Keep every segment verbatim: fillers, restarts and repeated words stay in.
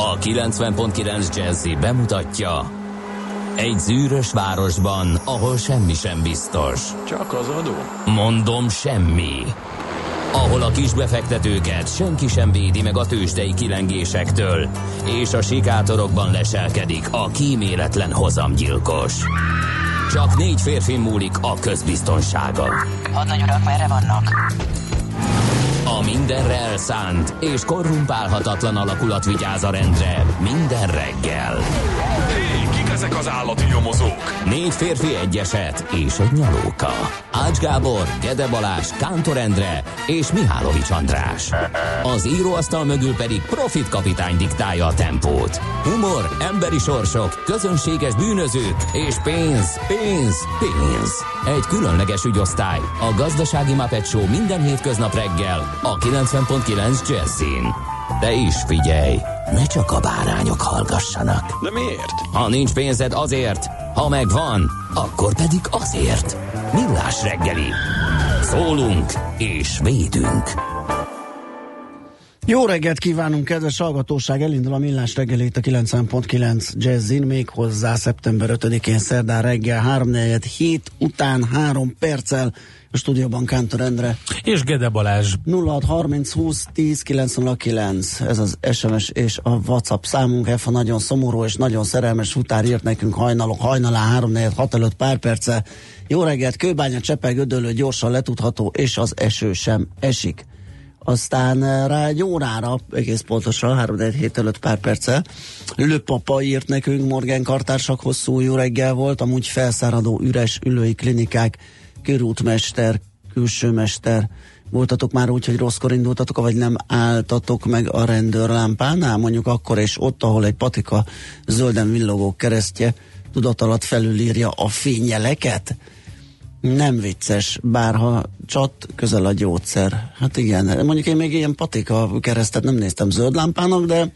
A kilencven pont kilenc Jazzy bemutatja: egy zűrös városban, ahol semmi sem biztos. Csak az adó? Mondom, semmi. Ahol a kisbefektetőket senki sem védi meg a tőzsdei kilengésektől, és a sikátorokban leselkedik a kíméletlen hozamgyilkos. Csak négy férfi múlik a közbiztonsága. Hadnagy urak, merre vannak? A mindenre elszánt és korrumpálhatatlan alakulat vigyáz a rendre minden reggel. Hé, kik ezek az állati nyomozók? Négy férfi, egy eset és egy nyalóka. Ács Gábor, Gede Balázs, Kántor Endre és Mihálovics András. Az íróasztal mögül pedig Profit kapitány diktálja a tempót. Humor, emberi sorsok, közönséges bűnözők és pénz, pénz, pénz. Egy különleges ügyosztály, a Gazdasági Muppet Show minden hétköznap reggel a kilencven pont kilenc Jazzin. De is figyelj, ne csak a bárányok hallgassanak. De miért? Ha nincs pénzed, azért, ha megvan, akkor pedig azért. Millás reggeli. Szólunk és védünk. Jó reggelt kívánunk, kedves hallgatóság! Elindul a Millás reggelét a kilencven pont kilenc Jazzin, méghozzá szeptember ötödikén szerdán reggel háromnegyed hét után három perccel. A stúdióban Kántor Endre és Gede Balázs. nulla hat harminc húsz tíz kilenc nulla kilenc, ez az es em es és a WhatsApp számunk. F a nagyon szomorú és nagyon szerelmes futár írt nekünk hajnalok hajnalán háromnegyed hat előtt pár perccel. Jó reggelt, Kőbánya, Csepel, Gödöllő gyorsan letudható, és az eső sem esik. Aztán rá egy órára, egész pontosan háromnegyed hét előtt pár perccel, Lőpapa írt nekünk, Morgan kartársak, hosszú jó reggel volt, amúgy felszáradó üres ülői klinikák, körútmester, külsőmester, voltatok már úgy, hogy rosszkor indultatok, vagy nem álltatok meg a rendőrlámpánál, mondjuk akkor és ott, ahol egy patika zölden villogó keresztje tudat alatt felülírja a fényjeleket? Nem vicces, bárha csat, közel a gyógyszer. Hát igen, mondjuk én még ilyen patika keresztet nem néztem zöld lámpának, de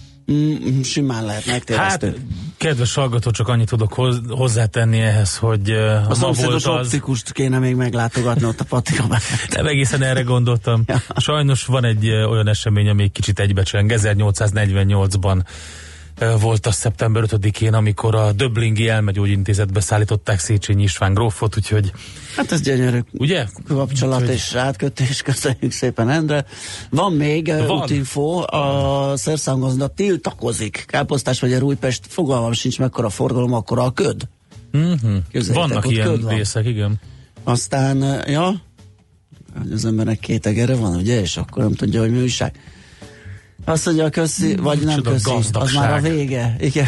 mm, simán lehet megtévesztő. Hát, kedves hallgató, csak annyit tudok hoz, hozzátenni ehhez, hogy uh, a szomszédos az... optikust kéne még meglátogatni ott a patikában. Nem egészen erre gondoltam. Ja. Sajnos van egy uh, olyan esemény, ami egy kicsit egybecseng. ezernyolcszáznegyvennyolcban uh, volt a szeptember ötödikén, amikor a Döblingi Elmegyógyintézetbe szállították Széchenyi István grófot, úgyhogy... Hát ez gyönyörű. Ugye? Kapcsolat Úgy, és átkötés, köszönjük szépen, Endre. Van még Van. útinfo, a szerszámgazda tiltakozik. Káposztás vagy a Újpest, fogalmam sincs mekkora forgalom, akkor a köd. uh-huh. Vannak ott ilyen van. részek, igen. Aztán, ja, az embernek két egere van, ugye, és akkor nem tudja, hogy mi újság. Azt mondja, köszi, vagy nem Micsoda köszi, az gazdagság. már a vége. Igen.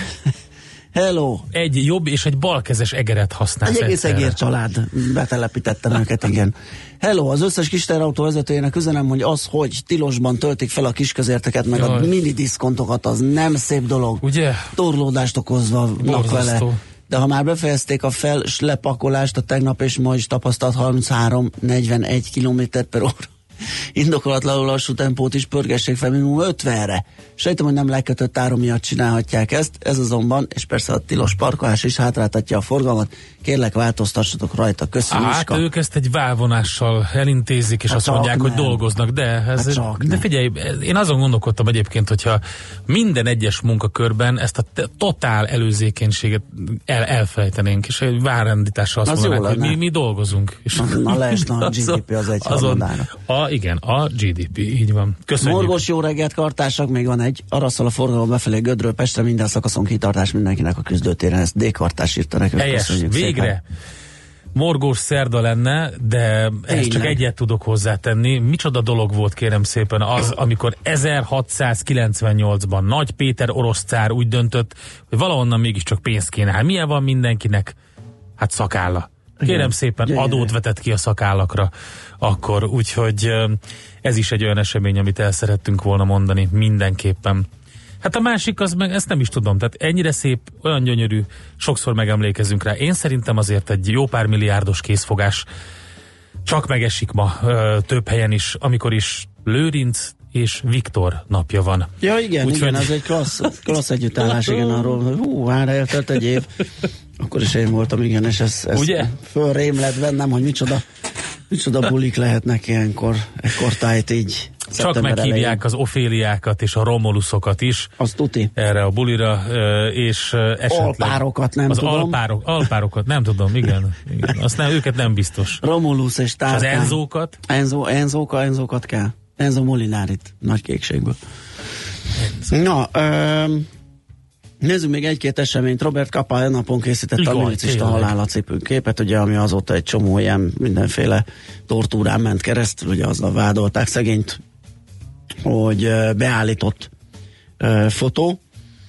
Hello! Egy jobb és egy balkezes egeret használsz. Egy egész egyszerre. egér család, betelepítettem őket, igen. Hello, az összes kisterrautó vezetőjének üzenem, hogy az, hogy tilosban töltik fel a kisközérteket, meg Jaj. a mini diszkontokat, az nem szép dolog. Ugye? Torlódást okozva vannak Borzasztó. vele. De ha már befejezték a fel lepakolást, a tegnap és ma is tapasztalt harminchárom negyvenegy kilométer per óra indokolatlanul lassú tempót is pörgessék fel minimum ötvenre. Sejtem, hogy nem lekötött áru miatt csinálhatják ezt, ez azonban, és persze a tilos parkolás is hátráltatja a forgalmat. Kérlek, változtassatok rajta. Köszönöm, Hát Iska. ők ezt egy válvonással elintézik, és Hát azt mondják, csak hogy nem. dolgoznak, de ez, Hát csak de nem. figyelj, én azon gondolkodtam egyébként, hogyha minden egyes munkakörben ezt a te- totál előzékenységet el, elfelejtenénk, és egy várrendítással azt Az jó mondanák, hogy lenne. mi, mi dolgozunk. És Na, na leesne a gé dé pé az egy azon, harmadára. a, igen, a gé dé pé, így van. Köszönjük. Morgos jó reggelt, kartársak, még van egy. Arra szól a forgalom befelé Gödről Pestre, minden szakaszon kitartás mindenkinek a küzdőtéren. Ezt D-kartás írta nekünk. Helyes, Köszönjük végre. szépen. Morgós szerda lenne, de ezt Tényleg. csak egyet tudok hozzátenni. Micsoda dolog volt, kérem szépen, az, amikor ezerhatszázkilencvennyolcban Nagy Péter orosz cár úgy döntött, hogy valahonnan mégiscsak pénzt kéne. Hát milyen van mindenkinek? Hát szakálla. Kérem Igen. szépen, Gyönyörű. adót vetett ki a szakállakra akkor, úgyhogy ö, ez is egy olyan esemény, amit el szerettünk volna mondani mindenképpen. Hát a másik, az meg, ezt nem is tudom, tehát ennyire szép, olyan gyönyörű, sokszor megemlékezünk rá. Én szerintem azért egy jó pár milliárdos készfogás csak megesik ma ö, több helyen is, amikor is Lőrinc és Viktor napja van. Ja igen, Úgy, igen, hogy- az egy klassz, klassz együttállás, igen, arról, hogy hú, már eltelt egy év. Akkor is én voltam, igen, és ez, ez Ugye? fölrém lett bennem, hogy micsoda, micsoda bulik lehetnek ilyenkor, ekkor tájt így. Csak meghívják az Oféliákat és a Romuluszokat is. Az tuti. Erre a bulira, és esetleg... Alpárokat nem az tudom. Alpárok, alpárokat nem tudom, igen. igen. Azt nem, őket nem biztos. Romulus és Tárkán. És az Enzókat? Enzo, Enzóka, Enzókat kell. Enzo Molinárit, nagy kékségből. Enzo. Na, öm, nézzük még egy-két eseményt. Robert Capa e napon készítette a milicista halála című képet, ugye, ami azóta egy csomó ilyen mindenféle tortúrán ment keresztül, ugye azzal vádolták szegényt, hogy beállított uh, fotó,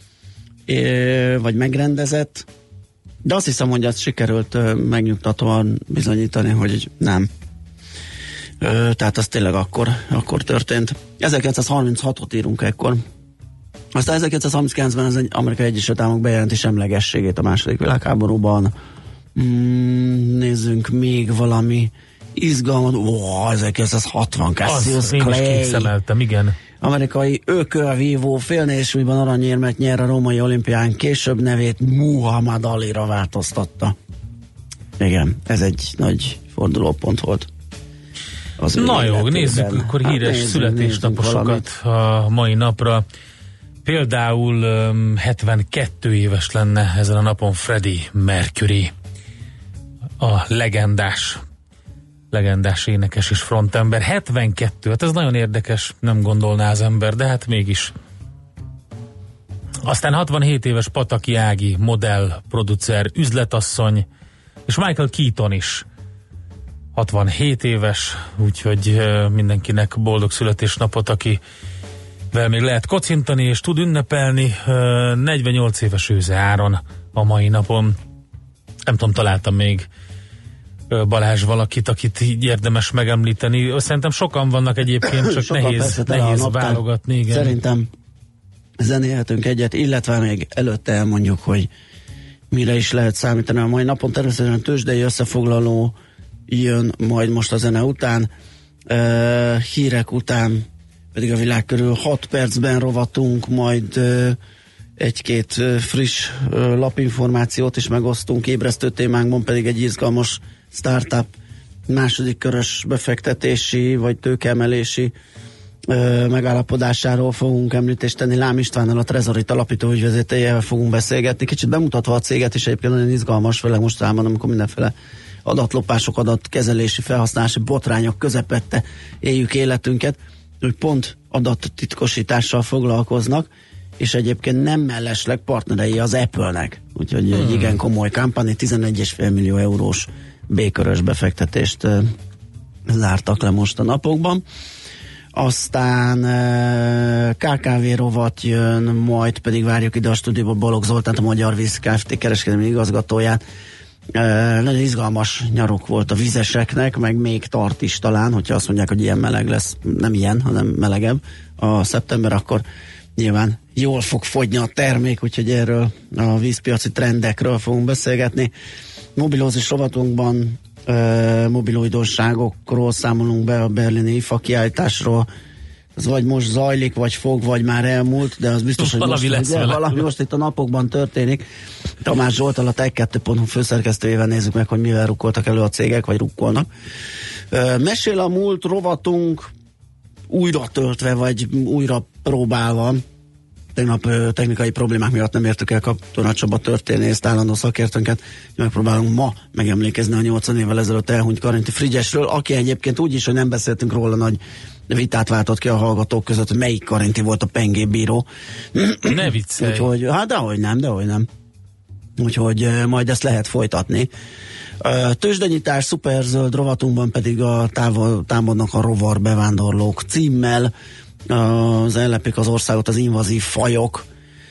uh, vagy megrendezett, de azt hiszem, hogy azt sikerült uh, megnyugtatóan bizonyítani, hogy nem. Uh, tehát az tényleg akkor, akkor történt. ezerkilencszázharminchatot írunk ekkor. Aztán ezerkilencszázharminckilencben az Amerikai Egyesült Államok bejelenti semlegességét a második világháborúban. Mm, nézzünk még valami izgalmat. Ó, ezerkilencszázhatvan Cassius Clay. Azt én is készemeltem, igen. Amerikai ökölvívó félnésúlyban aranyérmet nyer a római olimpián, később nevét Muhammad Alira változtatta. Igen, ez egy nagy fordulópont volt. Na jó, nézzük akkor híres hát, nézzük, születésnaposokat a mai napra. Például um, hetvenkettő éves lenne ezen a napon Freddie Mercury, a legendás legendás énekes és frontember. hetvenkettő, hát ez nagyon érdekes, nem gondolná az ember, de hát mégis. Aztán hatvanhét éves Pataki Ági, modell, producer, üzletasszony, és Michael Keaton is hatvanhét éves, úgyhogy uh, mindenkinek boldog születésnapot, aki vel még lehet kocintani és tud ünnepelni. negyvennyolc éves Őze Áron a mai napon. Nem tudom, találtam még Balázs valakit, akit így érdemes megemlíteni. Szerintem sokan vannak egyébként, csak sokan nehéz, nehéz válogatni. Igen. Szerintem zenélhetünk egyet, illetve még előtte elmondjuk, hogy mire is lehet számítani a mai napon. Természetesen tőzsdei összefoglaló jön majd most a zene után. Uh, hírek után pedig a világ körül hat percben rovatunk, majd uh, egy-két uh, friss uh, lapinformációt is megosztunk, ébresztő témánkban pedig egy izgalmas startup második körös befektetési vagy tőkeemelési uh, megállapodásáról fogunk említést tenni. Lám Istvánnal, a Trezorit alapító ügyvezetőjével fogunk beszélgetni, kicsit bemutatva a céget is, egyébként nagyon izgalmas, főleg mostában, amikor mindenféle adatlopások, adatkezelési, felhasználási botrányok közepette éljük életünket, hogy pont adattitkosítással foglalkoznak, és egyébként nem mellesleg partnerei az Apple-nek. Úgyhogy hmm. egy igen komoly kampány, tizenegy egész öt millió eurós B-körös befektetést uh, zártak le most a napokban. Aztán uh, ká ká vé rovat jön, majd pedig várjuk ide a stúdióba Balogh Zoltánt, a Magyar Víz Kft. Kereskedelmi igazgatóját. Uh, nagyon izgalmas nyaruk volt a vizeseknek, meg még tart is talán, hogyha azt mondják, hogy ilyen meleg lesz, nem ilyen, hanem melegebb a szeptember, akkor nyilván jól fog fogyni a termék, úgyhogy erről a vízpiaci trendekről fogunk beszélgetni. Mobilózis rovatunkban uh, mobilújdonságokról számolunk be, a berlini i ef á kiállításról. Ez vagy most zajlik, vagy fog, vagy már elmúlt, de az biztos, hogy valami, most, lesz ugye, valami most itt a napokban történik. Tamás Zsolttal, a tech kettő pont hu főszerkesztőjével nézzük meg, hogy mivel rukkoltak elő a cégek, vagy rukkolnak. Mesél a múlt rovatunk újra töltve, vagy újra próbálva. Tegnap technikai problémák miatt nem értük el Katona Csaba történészt, állandó szakértőnket. Megpróbálunk ma megemlékezni a nyolcvan évvel ezelőtt elhunyt Karinti Frigyesről, aki egyébként úgy is, hogy nem beszéltünk róla, nagy vitát váltott ki a hallgatók között, hogy melyik Karinti volt a pengébíró. Ne viccelj! Úgyhogy, hát dehogy nem, dehogy nem. Úgyhogy majd ezt lehet folytatni. Tőzsdenyítás, szuperzöld rovatunkban pedig a távol, támadnak a rovar bevándorlók címmel. Az ellepik az országot az invazív fajok.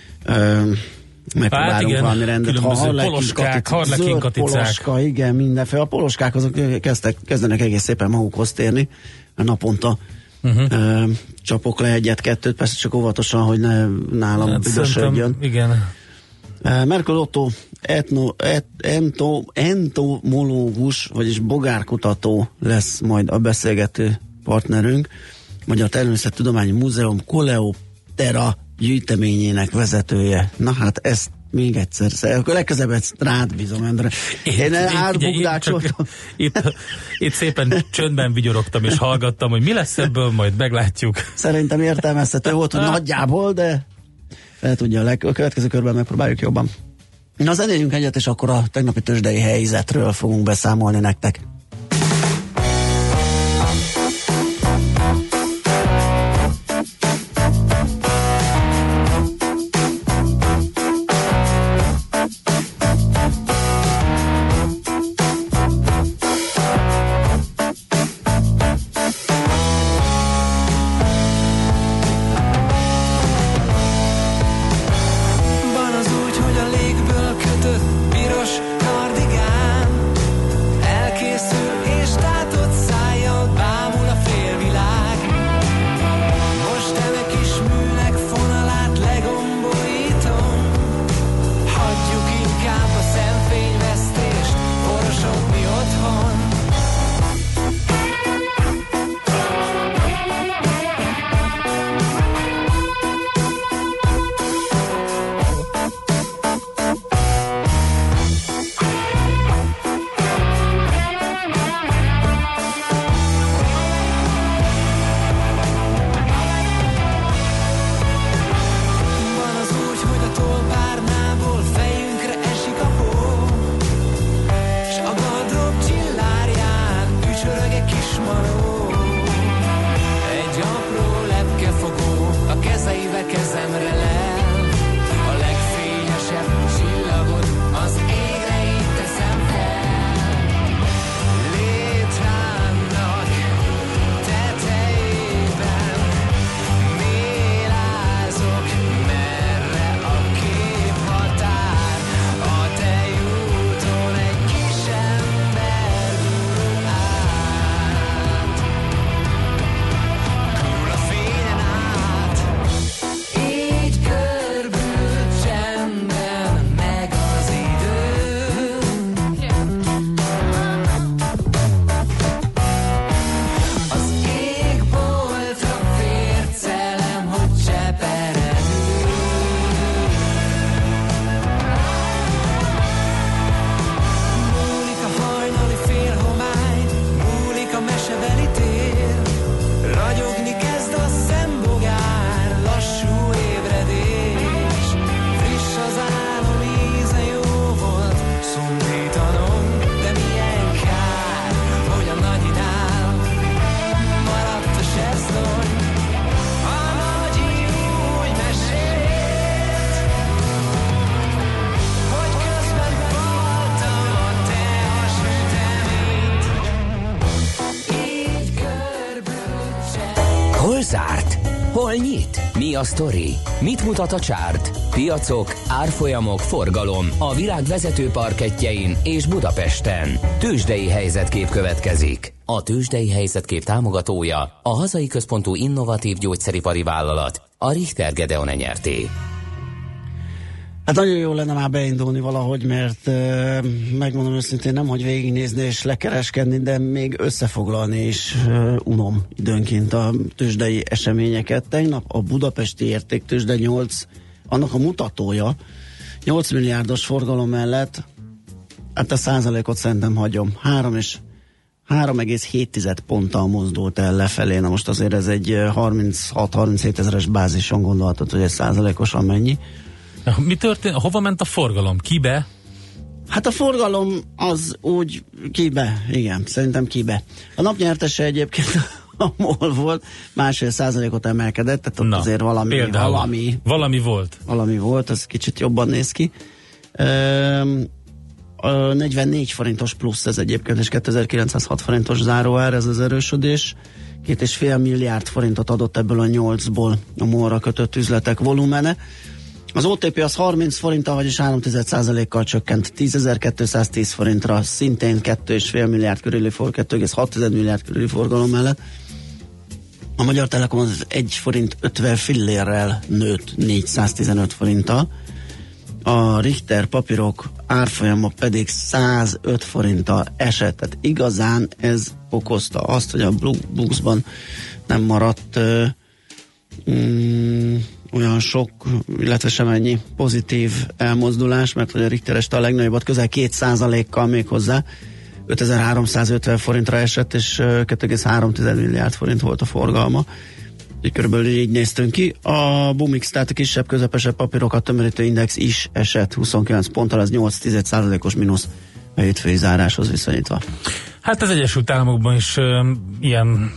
Megpróbálunk hát valami rendet. Ha poloskák, harlekinkaticák. Poloska, igen, mindenféle. A poloskák azok kezdtek, kezdenek egész szépen magukhoz térni. Naponta uh-huh. ö, csapok le egyet-kettőt, persze csak óvatosan, hogy ne nálam hát büdösödjön. Igen. Merkel Otto etno, et, ento, entomológus, vagyis bogárkutató lesz majd a beszélgető partnerünk. Magyar Természettudományi Múzeum Coleoptera gyűjteményének vezetője. Na hát ezt Még egyszer, akkor legközelebb ezt rád bízom, Endre. Én átbukdácsoltam. Itt, itt szépen csöndben vigyorogtam és hallgattam, hogy mi lesz ebből, majd meglátjuk. Szerintem értelmezhető volt, hogy nagyjából, de fel tudja, a következő körben megpróbáljuk jobban. Na, zenéljünk egyet, és akkor a tegnapi tőzsdei helyzetről fogunk beszámolni nektek. Zárt? Hol nyit? Mi a sztori? Mit mutat a csárt? Piacok, árfolyamok, forgalom a világ vezető parkettjein és Budapesten. Tőzsdei helyzetkép következik. A Tőzsdei helyzetkép támogatója a hazai központú innovatív gyógyszeripari vállalat, a Richter Gedeon Nyrt. Hát nagyon jó lenne már beindulni valahogy, mert euh, megmondom őszintén, nem hogy végignézni és lekereskedni, de még összefoglalni is euh, unom időnként a tőzsdei eseményeket. Tegnap a budapesti értéktőzsde nyolc, annak a mutatója nyolc milliárdos forgalom mellett, hát a százalékot szerintem hagyom, három és három egész hét ponttal mozdult el lefelé. Na most azért ez egy harminchat-harminchét ezeres bázison gondolhatod, hogy ez százalékosan mennyi. Mi történt? Hova ment a forgalom? Kibe? Hát a forgalom az úgy kibe, igen, szerintem kibe. A napnyertese egyébként a MOL volt, másfél százalékot emelkedett, tehát ott Na, azért valami, például, valami, valami volt. Valami volt, ez kicsit jobban néz ki. Üm, a negyvennégy forintos plusz ez egyébként, és kétezer-kilencszázhat forintos záróár, ez az erősödés. Két és fél milliárd forintot adott ebből a nyolcból a MOL-ra kötött üzletek volumene. Az o té pé az harminc forinttal, vagyis három egész egy százalékkal csökkent tízezer-kétszáztíz forintra, szintén két és fél milliárd körüli for, két egész hat milliárd körüli forgalom mellett. A Magyar Telekom az egy forint ötven fillérrel nőtt négyszáztizenöt forinttal. A Richter papírok árfolyama pedig százöt forinttal esett. Tehát igazán ez okozta azt, hogy a Booksban nem maradt uh, um, olyan sok, illetve sem ennyi pozitív elmozdulás, mert hogy a Richtereste a legnagyobbat közel két százalékkal még hozzá, ötezer-háromszázötven forintra esett, és két egész három milliárd forint volt a forgalma. Így körülbelül így néztünk ki. A Bumix, tehát a kisebb, közepesebb papírokat tömörítő index is esett huszonkilenc ponttal, az nyolc százalékos mínusz a hétfői záráshoz viszonyítva. Hát az Egyesült Államokban is uh, ilyen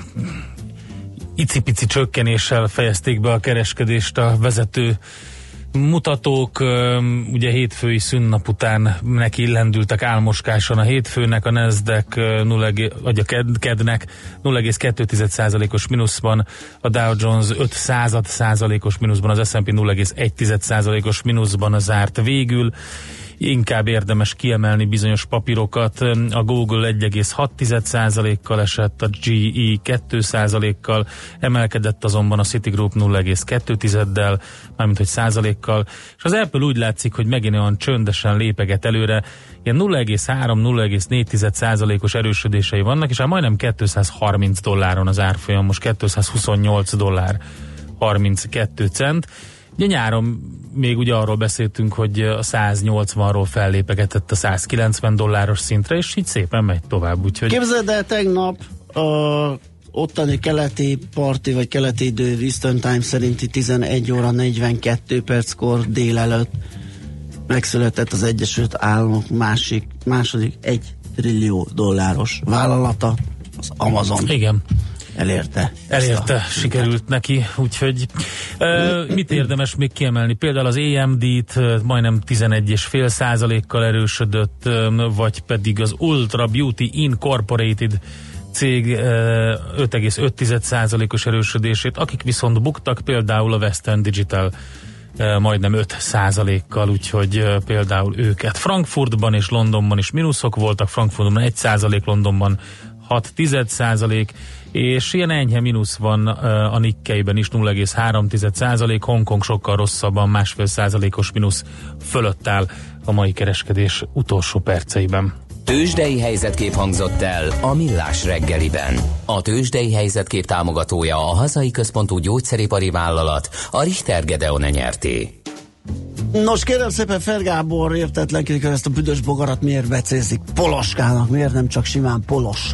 icipici csökkenéssel fejezték be a kereskedést a vezető mutatók. Ugye hétfői szünnap után neki lendültek álmoskáson a hétfőnek, a Nasdaq vagy a kednek nulla egész kettő százalékos mínuszban, a Dow Jones öt század százalékos mínuszban, az es and pé nulla egész egy százalékos mínuszban zárt végül. Inkább érdemes kiemelni bizonyos papírokat. A Google egy egész hat százalékkal esett, a gé é két százalékkal, emelkedett azonban a Citigroup nulla egész kettő százalékkal, mármint hogy százalékkal, és az Apple úgy látszik, hogy megint olyan csöndesen lépeget előre, ilyen nulla egész három nulla egész négy százalékos erősödései vannak, és hát majdnem kétszázharminc dolláron az árfolyam, most kétszázhuszonnyolc dollár harminckettő cent. Ugye nyáron még ugye arról beszéltünk, hogy a száznyolcvanról fellépegetett a százkilencven dolláros szintre, és így szépen megy tovább. Úgyhogy... Képzeld el, tegnap a ottani keleti parti, vagy keleti idő Eastern Time szerinti tizenegy óra negyvenkettő perckor délelőtt megszületett az Egyesült Államok másik, második egy trillió dolláros vállalata, az Amazon. Igen. Elérte. Elérte, a... sikerült neki, úgyhogy uh, mit érdemes még kiemelni? Például az á em dé-t uh, majdnem tizenegy egész öt százalékkal erősödött, uh, vagy pedig az Ultra Beauty Incorporated cég uh, öt egész öt százalékos erősödését, akik viszont buktak, például a Western Digital uh, majdnem öt százalékkal, úgyhogy uh, például őket. Frankfurtban és Londonban is mínuszok voltak, Frankfurtban egy százalék, Londonban hat százalék, és ilyen enyhe mínusz van uh, a Nikkeiben is, nulla egész három százalék, Hongkong sokkal rosszabban, másfél százalékos mínusz fölött áll a mai kereskedés utolsó perceiben. Tőzsdei helyzetkép hangzott el a Millás reggeliben. A tőzsdei helyzetkép támogatója a hazai központú gyógyszeripari vállalat, a Richter Gedeon nyerté. Nos, kérem szépen, Fer Gábor értetlenkedik, hogy ezt a büdös bogarat miért becézik poloskának, miért nem csak simán polos?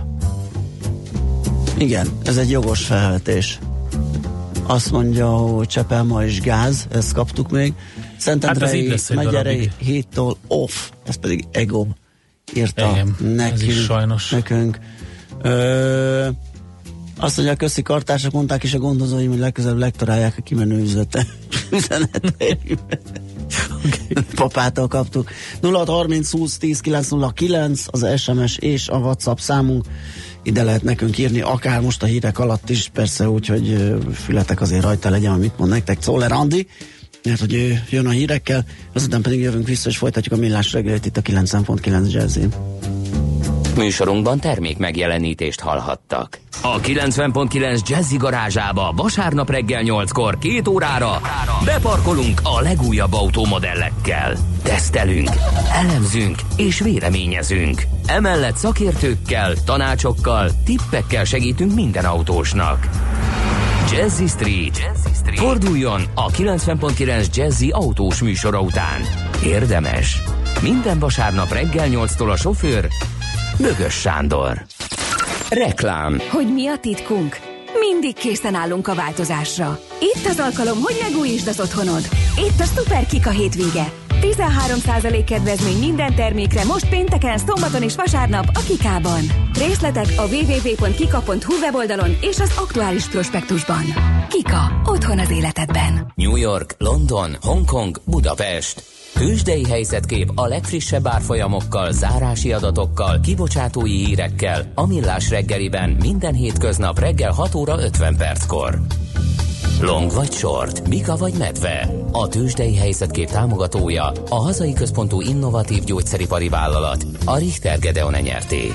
Igen, ez egy jogos felvetés. Azt mondja, hogy Csepelma is gáz, ezt kaptuk még. Szentendrei, hát Megyerei héttől off, ez pedig Ego írta. Igen, nekünk, sajnos. nekünk. Ö, azt mondja, a köszi kartársak mondták is a gondozóim, hogy legközelebb lektorálják a kimenő üzlete. Üzeneteim. Okay. Papától kaptuk. nulla hat harminc húsz tíz kilenc nulla kilenc az es em es és a WhatsApp számunk. Ide lehet nekünk írni, akár most a hírek alatt is, persze úgy, hogy fületek azért rajta legyen, amit mond nektek Czoller Andi, mert hogy ő jön a hírekkel, azután pedig jövünk vissza, és folytatjuk a Millás reggelit itt a kilencven pont kilenc Jazzin. Műsorunkban termék megjelenítést hallhattak. A kilencven pont kilenc Jazzy garázsába vasárnap reggel nyolckor két órára beparkolunk a legújabb automodellekkel. Tesztelünk, elemzünk és véleményezünk. Emellett szakértőkkel, tanácsokkal, tippekkel segítünk minden autósnak. Jazzy Street. Jazzy Street. Forduljon a kilencven pont kilenc Jazzy autós műsora után. Érdemes. Minden vasárnap reggel nyolctól a sofőr Bögös Sándor. Reklám. Hogy mi a titkunk? Mindig készen állunk a változásra. Itt az alkalom, hogy megújítsd az otthonod. Itt a Super Kika hétvége. tizenhárom százalék kedvezmény minden termékre most pénteken, szombaton és vasárnap a Kikában. Részletek a double-u double-u double-u pont kika pont hu weboldalon és az aktuális prospektusban. Kika. Otthon az életedben. New York, London, Hongkong, Budapest. Tőzsdei helyzetkép a legfrissebb árfolyamokkal, zárási adatokkal, kibocsátói hírekkel a Millás reggeliben minden hétköznap reggel hat óra ötven perckor. Long vagy short, bika vagy medve. A tőzsdei helyzetkép támogatója a hazai központú innovatív gyógyszeripari vállalat, a Richter Gedeon nyerté.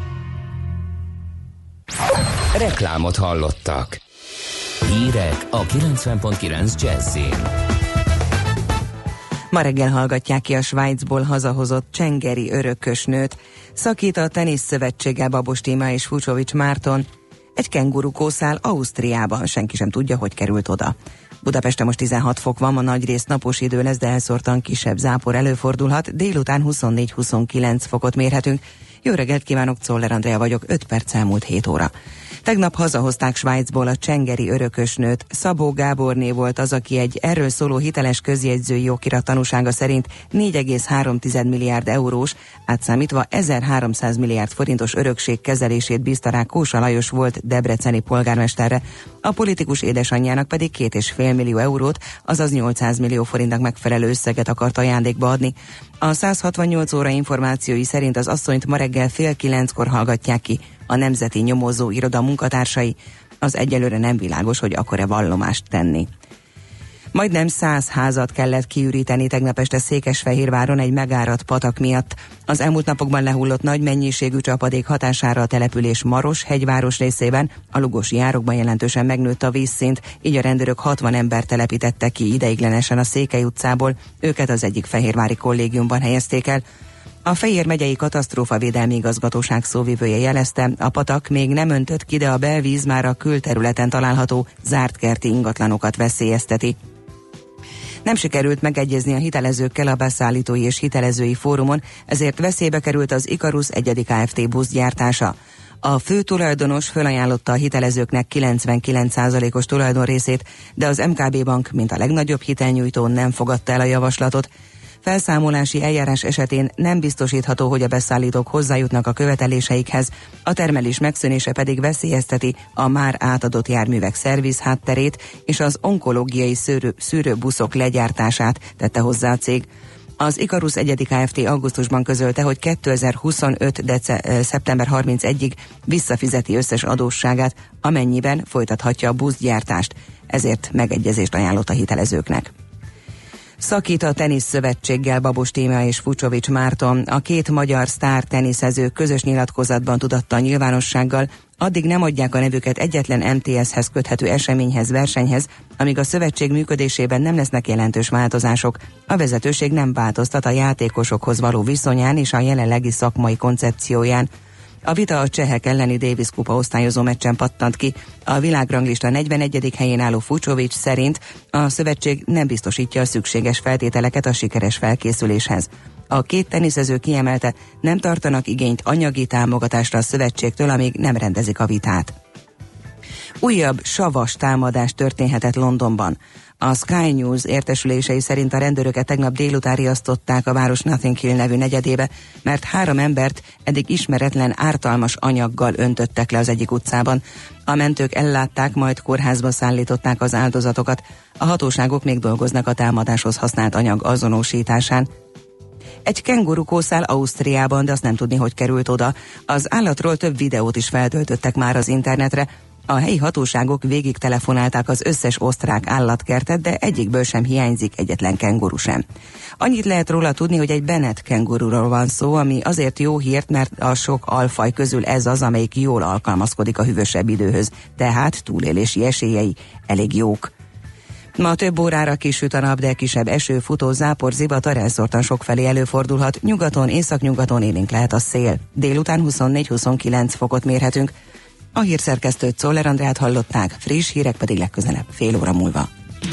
Reklámot hallottak. Hírek a kilencven pont kilenc Jazzin. Ma reggel hallgatják ki a Svájcból hazahozott csengeri örökösnőt. Szakít a Teniszszövetséggel Babos Tímea és Fucsovics Márton. Egy kenguru kószál Ausztriában, senki sem tudja, hogy került oda. Budapesten most tizenhat fok van, ma nagyrészt napos idő lesz, de elszórtan kisebb zápor előfordulhat, délután huszonnégy-huszonkilenc fokot mérhetünk. Jó reggelt kívánok, Czoller Andrea vagyok, öt perc elmúlt hét óra. Tegnap hazahozták Svájcból a csengeri örökösnőt. Szabó Gáborné volt az, aki egy erről szóló hiteles közjegyzői okirat tanúsága szerint négy egész három milliárd eurós, átszámítva ezerháromszáz milliárd forintos örökség kezelését bízta rá Kósa Lajos volt debreceni polgármesterre. A politikus édesanyjának pedig két és fél millió eurót, azaz nyolcszáz millió forintnak megfelelő összeget akart ajándékba adni. A száz hatvannyolc óra információi szerint az asszonyt ma reggel fél kilenckor hallgatják ki a Nemzeti Nyomozó Iroda munkatársai. Az egyelőre nem világos, hogy akar-e vallomást tenni. Majdnem száz házat kellett kiüríteni tegnap este Székesfehérváron egy megáradt patak miatt. Az elmúlt napokban lehullott nagy mennyiségű csapadék hatására a település Maros hegyváros részében, a Lugosi árokban jelentősen megnőtt a vízszint, így a rendőrök hatvan ember telepítettek ki ideiglenesen a Székely utcából, őket az egyik fehérvári kollégiumban helyezték el. A Fejér megyei katasztrófavédelmi igazgatóság szóvivője jelezte, a patak még nem öntött ki, de a belvíz már a külterületen található zárt kerti ingatlanokat veszélyezteti. Nem sikerült megegyezni a hitelezőkkel a beszállítói és hitelezői fórumon, ezért veszélybe került az Ikarus egyedi Kft. Buszgyártása. A fő tulajdonos fölajánlotta a hitelezőknek kilencvenkilenc százalékos tulajdonrészét, de az em ká bé Bank, mint a legnagyobb hitelnyújtó, nem fogadta el a javaslatot. Felszámolási eljárás esetén nem biztosítható, hogy a beszállítók hozzájutnak a követeléseikhez, a termelés megszűnése pedig veszélyezteti a már átadott járművek szerviz hátterét és az onkológiai szűrő, szűrőbuszok legyártását, tette hozzá a cég. Az Ikarus egyedi Kft. Augusztusban közölte, hogy kétezer-huszonöt. Dece- szeptember harmincegyedikéig visszafizeti összes adósságát, amennyiben folytathatja a buszgyártást, ezért megegyezést ajánlott a hitelezőknek. Szakít a teniszszövetséggel Babos Tímea és Fucsovics Márton. A két magyar sztár teniszező közös nyilatkozatban tudatta a nyilvánossággal, addig nem adják a nevüket egyetlen em té es-hez köthető eseményhez, versenyhez, amíg a szövetség működésében nem lesznek jelentős változások. A vezetőség nem változtat a játékosokhoz való viszonyán és a jelenlegi szakmai koncepcióján. A vita a csehek elleni Davis kupa osztályozó meccsen pattant ki. A világranglista negyvenegyedik helyén álló Fucsovics szerint a szövetség nem biztosítja a szükséges feltételeket a sikeres felkészüléshez. A két teniszező kiemelte, nem tartanak igényt anyagi támogatásra a szövetségtől, amíg nem rendezik a vitát. Újabb savas támadás történhetett Londonban. A Sky News értesülései szerint a rendőröket tegnap délután riasztották a város Notting Hill nevű negyedébe, mert három embert eddig ismeretlen ártalmas anyaggal öntöttek le az egyik utcában. A mentők ellátták, majd kórházba szállították az áldozatokat. A hatóságok még dolgoznak a támadáshoz használt anyag azonosításán. Egy kenguru kószál Ausztriában, de azt nem tudni, hogy került oda. Az állatról több videót is feltöltöttek már az internetre. A helyi hatóságok végig telefonálták az összes osztrák állatkertet, de egyikből sem hiányzik egyetlen kenguru sem. Annyit lehet róla tudni, hogy egy Bennett kengururól van szó, ami azért jó hírt, mert a sok alfaj közül ez az, amelyik jól alkalmazkodik a hűvösebb időhöz, tehát túlélési esélyei elég jók. Ma több órára kisüt a nap, de kisebb eső, futó, zápor, zivatar elszórtan sokfelé előfordulhat, nyugaton, északnyugaton élénk lehet a szél. Délután huszonnégy-huszonkilenc fokot mérhetünk. A hírszerkesztőt, Czoller Andrát hallották, friss hírek pedig legközelebb fél óra múlva.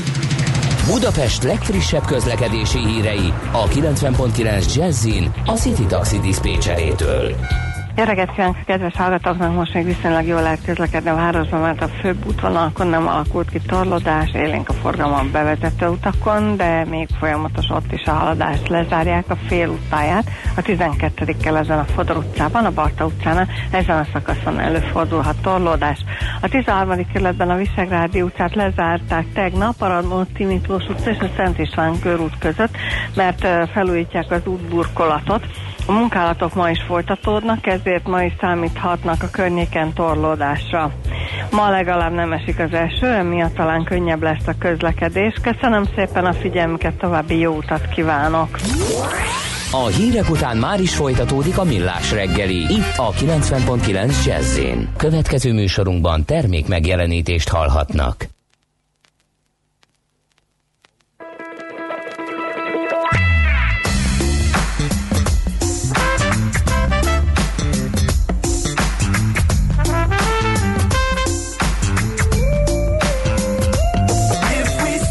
Budapest legfrissebb közlekedési hírei a kilencven pont kilenc Jazzin a City Taxi diszpécserétől. Jó reggelt kívánok a kedves hallgatóknak, most még viszonylag jól lehet közlekedni a városban, mert a főbb útvonalakon nem alakult ki torlódás, élénk a forgalom a bevezető utakon, de még folyamatos ott is a haladást, lezárják a félútpályát, a tizenkettedikkel ezen a Fodor utcában, a Barta utcánál, ezen a szakaszon előfordulhat torlódás. A tizenharmadik kerületben a Visegrádi utcát lezárták tegnap, a Radnóti Miklós utca és a Szent István körút között, mert felújítják az útburkolatot. A munkálatok ma is folytatódnak, ezért ma is számíthatnak a környéken torlódásra. Ma legalább nem esik az eső, emiatt talán könnyebb lesz a közlekedés. Köszönöm szépen a figyelmüket, további jó utat kívánok! A hírek után már is folytatódik a Millás reggeli, itt a kilencven pont kilenc Jazz-én. Következő műsorunkban termék megjelenítést hallhatnak. If we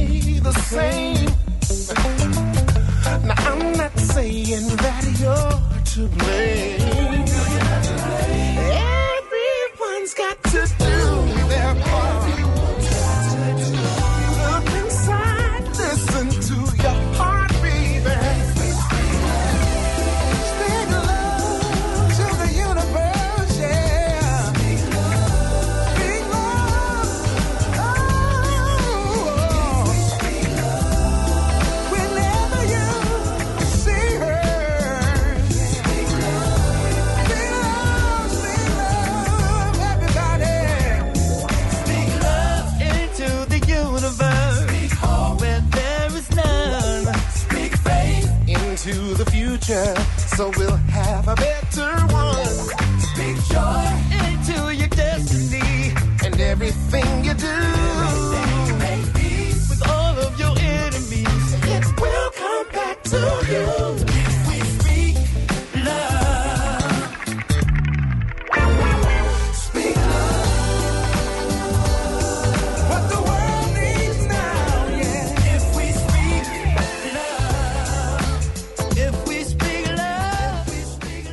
stay the same. Now I'm not saying that you're to blame. Everyone's got to do their part. Look inside, listen to your heart, baby. Speak love to the universe, yeah. Speak love. Speak love. Oh. Speak love. Whenever you see her. Speak love. Speak love. Speak love, everybody. Speak love into the universe. Speak hope where there is none. Speak faith into the future, so we'll have a better one. Speak joy into your destiny and everything you do. Make peace with all of your enemies. It will come back to you. If we speak love. Speak love. What the world needs now, yeah. If we speak love. If we speak love. We speak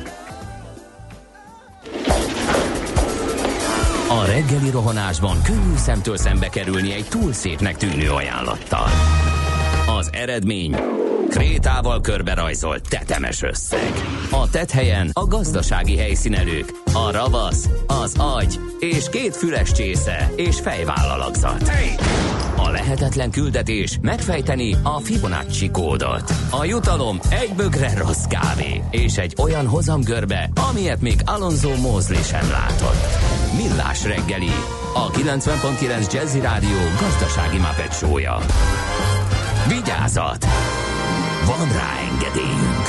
love. A reggeli rohanásban könnyű szemtől szembe kerülni egy túl szépnek tűnő ajánlattal. Az eredmény krétával körberajzolt tetemes összeg. A tetthelyen a gazdasági helyszínelők, a ravasz, az agy és két füles csésze és fejvállalakzat. A lehetetlen küldetés megfejteni a Fibonacci kódot. A jutalom egy bögre rossz kávé és egy olyan hozamgörbe, amilyet még Alonso Mosley sem látott. Millás reggeli, a kilencven pont kilenc Jazzy Rádió gazdasági Muppet show-ja. Vigyázat! Van rá engedélyünk!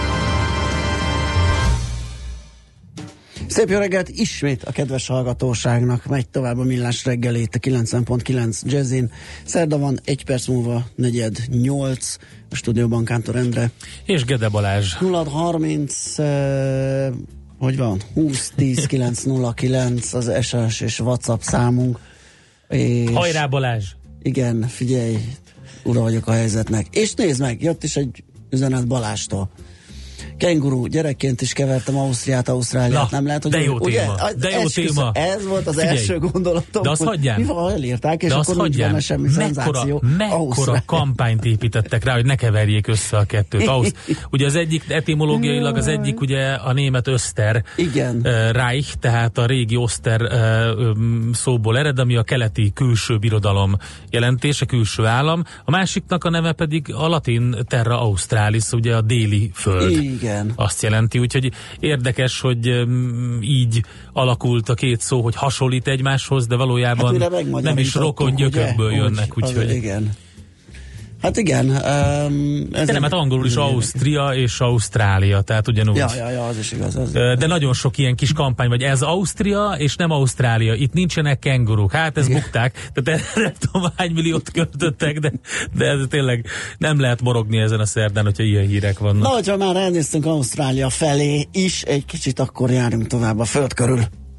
Szép jó reggelt ismét a kedves hallgatóságnak. Megy tovább a Millás reggeli itt a kilencven pont kilenc Jazzin. Szerda van, egy perc múlva negyed nyolc. A stúdióban Kántor Endre. És Gede Balázs. nulla harminc uh, hogy van? húsz tíz kilenc nulla kilenc az es em es és WhatsApp számunk. És hajrá Balázs! igen, figyelj, ura vagyok a helyzetnek. És nézd meg, jött is egy üzenet Balástól. Kenguru, gyerekként is kevertem Ausztriát, Ausztráliát, na, nem lehet, hogy... de jó ugye, téma, de jó téma. Ez volt az Figyelj, első gondolatom, de azt hogy hagyján, mi van, elírták, és de akkor nincs benne semmi mekkora, szenzáció. mekkora kampányt építettek rá, hogy ne keverjék össze a kettőt. Ausz, ugye az egyik etimológiailag az egyik ugye a német Öszter igen. Uh, Reich, tehát a régi Oszter uh, um, szóból ered, ami a keleti külső birodalom jelentése, külső állam. A másiknak a neve pedig a latin terra australis, ugye a déli föld. Igen. Azt jelenti, úgyhogy érdekes, hogy um, így alakult a két szó, hogy hasonlít egymáshoz, de valójában hát, nem is rokon gyökökből ugye? Jönnek, úgyhogy... Igen. Hát igen. Um, de nem, hát angolul is Ausztria és Ausztrália, tehát ugyanúgy. Ja, ja, ja, az is igaz. Az de igaz. Nagyon sok ilyen kis kampány, vagy ez Ausztria és nem Ausztrália, itt nincsenek kenguruk. Hát ezt igen. Bukták, tehát erre nem tudom hány milliót költöttek, de, de ez tényleg nem lehet morogni ezen a szerdán, hogyha ilyen hírek vannak. Na, hogyha már elnéztünk Ausztrália felé is, egy kicsit akkor járunk tovább a föld körül.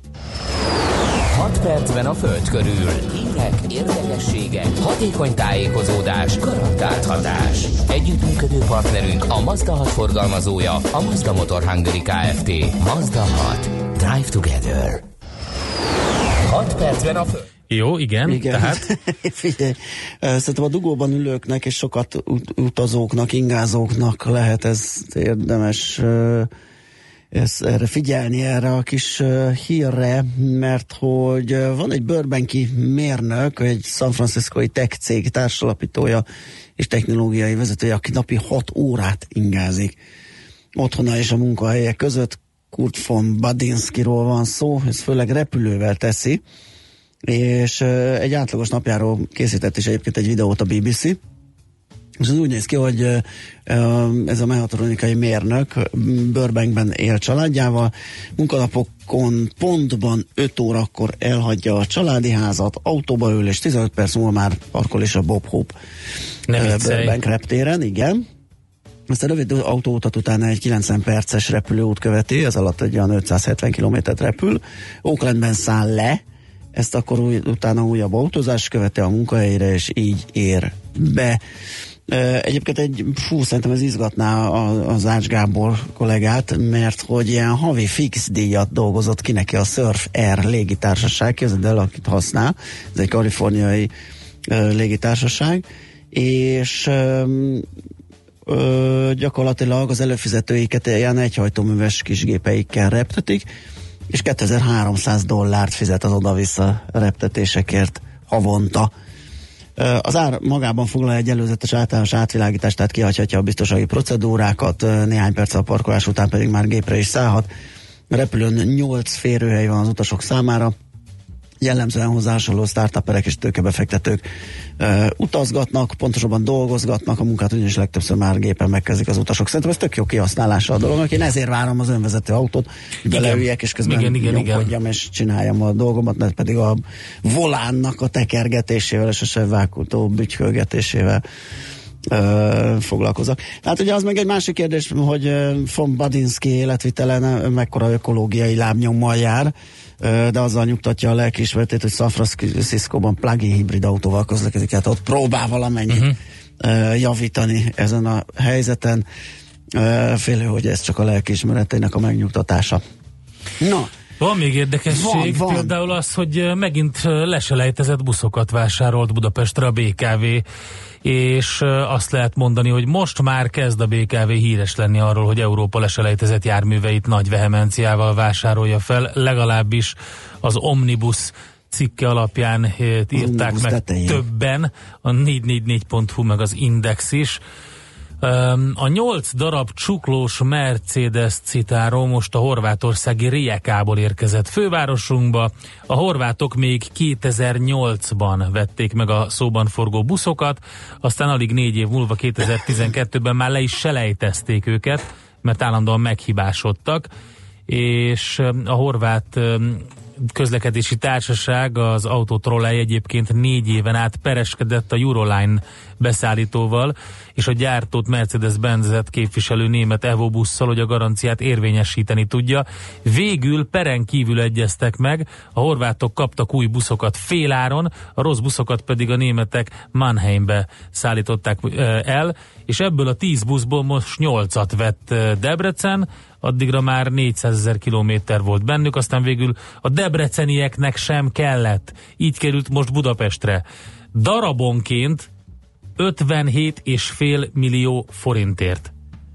hat percben a föld körül. Hírek, érdekességek, hatékony tájékozódás, garantált hatás. Együttműködő partnerünk a Mazda hat forgalmazója, a Mazda Motor Hungary Kft. Mazda hat. Drive together. hat percben a föld. Jó, igen, igen. Tehát? Figyelj, szerintem a dugóban ülőknek és sokat utazóknak, ingázóknak lehet ez érdemes ezt, erre figyelni, erre a kis uh, hírre, mert hogy uh, van egy Burbanki mérnök, egy San Franciscoi tech cég társalapítója és technológiai vezetője, aki napi hat órát ingázik otthona és a munkahelyek között. Kurt von Badinskiról van szó, ez főleg repülővel teszi, és uh, egy átlagos napjáról készített is egyébként egy videót a bé bé cé. És az úgy néz ki, hogy uh, ez a mechatronikai mérnök Burbankben él családjával, munkanapokon pontban öt órakor elhagyja a családi házat, autóba ül, és tizenöt perc múlva már parkol is a Bob Hope uh, Burbank reptéren, igen. Ezt a rövid autóutat utána egy kilencven perces repülőút követi, ez alatt egy olyan ötszázhetven kilométert repül, Oaklandben száll le, ezt akkor új, utána újabb autózás követi a munkahelyére, és így ér be. Egyébként egy, fú, szerintem ez izgatná az Ács Gábor kollégát, mert hogy ilyen havi fix díjat dolgozott ki neki a Surf Air légitársaság, képzeld el, akit használ, ez egy kaliforniai légitársaság, és ö, ö, gyakorlatilag az előfizetőiket ilyen egyhajtóműves kisgépeikkel reptetik, és kétezer-háromszáz dollárt fizet az oda-vissza reptetésekért havonta. Az ár magában foglal egy előzetes általános átvilágítást, tehát kihagyhatja a biztonsági procedúrákat, néhány perccel a parkolás után pedig már gépre is szállhat. A repülőn nyolc férőhely van az utasok számára, jellemzően hozzá hasonló startuperek és tőkebefektetők uh, utazgatnak, pontosabban dolgozgatnak, a munkát ugyanis legtöbbször már gépen megkezdik az utasok. Szerintem ez tök jó kihasználása a dolognak. Én ezért várom az önvezető autót, beleüljek, és közben igen, igen, nyomkodjam, és csináljam a dolgomat, mert pedig a volánnak a tekergetésével és a sevvákultó bütykölgetésével Uh, foglalkozok. Hát ugye az meg egy másik kérdés, hogy uh, von Badinski életvitele mekkora ökológiai lábnyommal jár, uh, de azzal nyugtatja a lelkiismeretét, hogy San Franciscóban plug-in hibrid autóval közlekedik, tehát ott próbál valamennyit uh-huh. uh, javítani ezen a helyzeten. Uh, félő, hogy ez csak a lelkiismeretének a megnyugtatása. Na, van még érdekesség, van, van. Például az, hogy megint leselejtezett buszokat vásárolt Budapestre a bé ká vé, és azt lehet mondani, hogy most már kezd a bé ká vé híres lenni arról, hogy Európa leselejtezett járműveit nagy vehemenciával vásárolja fel, legalábbis az Omnibus cikke alapján írták Omnibus meg tetején. Többen, a négy négy négy pont hu meg az Index is. A nyolc darab csuklós Mercedes Citaro most a horvátországi Rijekából érkezett fővárosunkba. A horvátok még kétezer-nyolcban vették meg a szóban forgó buszokat, aztán alig négy év múlva kétezer-tizenkettőben már le is selejtezték őket, mert állandóan meghibásodtak, és a horvát közlekedési társaság, az Autotrolley egyébként négy éven át pereskedett a Euroline beszállítóval, és a gyártót Mercedes-Benzet képviselő német Evo busszal, hogy a garanciát érvényesíteni tudja. Végül peren kívül egyeztek meg, a horvátok kaptak új buszokat féláron, a rossz buszokat pedig a németek Mannheimbe szállították el, és ebből a tíz buszból most nyolcat vett Debrecen, addigra már négyszázezer kilométer volt bennük, aztán végül a debrecenieknek sem kellett. Így került most Budapestre. Darabonként ötvenhét egész öt millió forintért.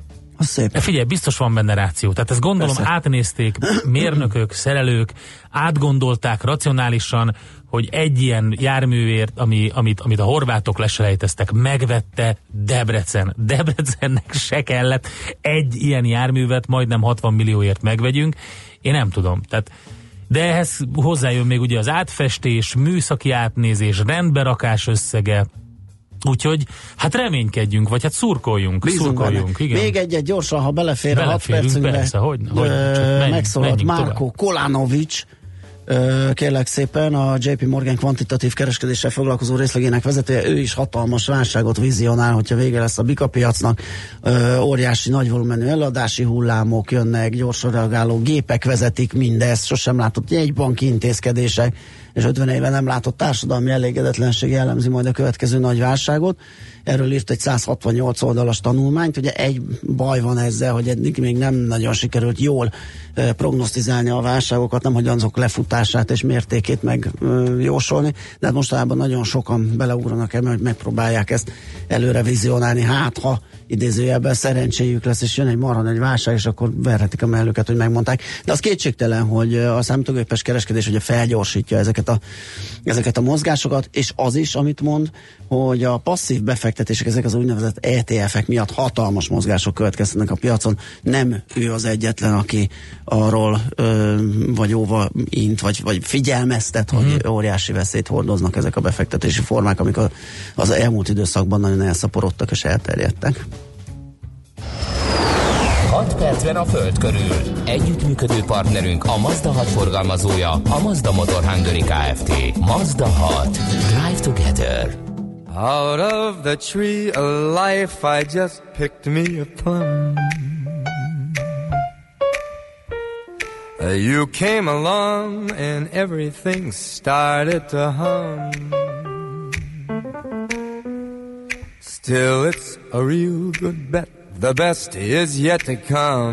Szép. Figyelj, biztos van benne ráció. Tehát ezt gondolom Persze. átnézték mérnökök, szerelők, átgondolták racionálisan, hogy egy ilyen járműért, ami, amit, amit a horvátok leselejteztek, megvette Debrecen. Debrecennek se kellett egy ilyen járművet majdnem hatvan millióért megvegyünk. Én nem tudom. Tehát, de ehhez hozzájön még ugye az átfestés, műszaki átnézés, rendberakás összege. Úgyhogy hát reménykedjünk, vagy hát szurkoljunk. szurkoljunk igen. Még egy-egy gyorsan, ha belefér a hat percünkbe. Persze, hogy, hogy, megszólalt Márko Kolanovics, kérlek szépen, a jé pé Morgan kvantitatív kereskedéssel foglalkozó részlegének vezetője, ő is hatalmas válságot vizionál, hogyha vége lesz a bika piacnak, óriási nagy volumenű eladási hullámok jönnek, gyorsan reagáló gépek vezetik mindezt, sosem látott jegybanki intézkedések, és ötven éve nem látott társadalmi elégedetlenség jellemzi majd a következő nagy válságot. Erről írt egy száz hatvannyolc oldalas tanulmányt. Ugye egy baj van ezzel, hogy eddig még nem nagyon sikerült jól e, prognosztizálni a válságokat, nem hogy azok lefutását és mértékét meg e, jósolni, de hát mostanában nagyon sokan beleugranak ebben, hogy megpróbálják ezt előre vizionálni. Hát, ha idézőjelben szerencséjük lesz, és jön egy marha nagy válság, és akkor verhetik a mellüket, hogy megmondták. De az kétségtelen, hogy a számítógépes kereskedés ugye felgyorsítja ezeket a, ezeket a mozgásokat, és az is, amit mond, hogy a passzív befektetések, ezek az úgynevezett é té ef-ek miatt hatalmas mozgások következnek a piacon. Nem ő az egyetlen, aki arról ö, vagy óva int, vagy, vagy figyelmeztet, mm-hmm. hogy óriási veszélyt hordoznak ezek a befektetési formák, amik a, az elmúlt időszakban nagyon elszaporodtak és elterjedtek. hat percben a Föld körül. Együttműködő partnerünk a Mazda hat forgalmazója, a Mazda Motor Hungary Kft. Mazda hat. Drive together. Out of the tree of life I just picked me a plum. You came along and everything started to hum. Still, it's a real good bet. The best is yet to come.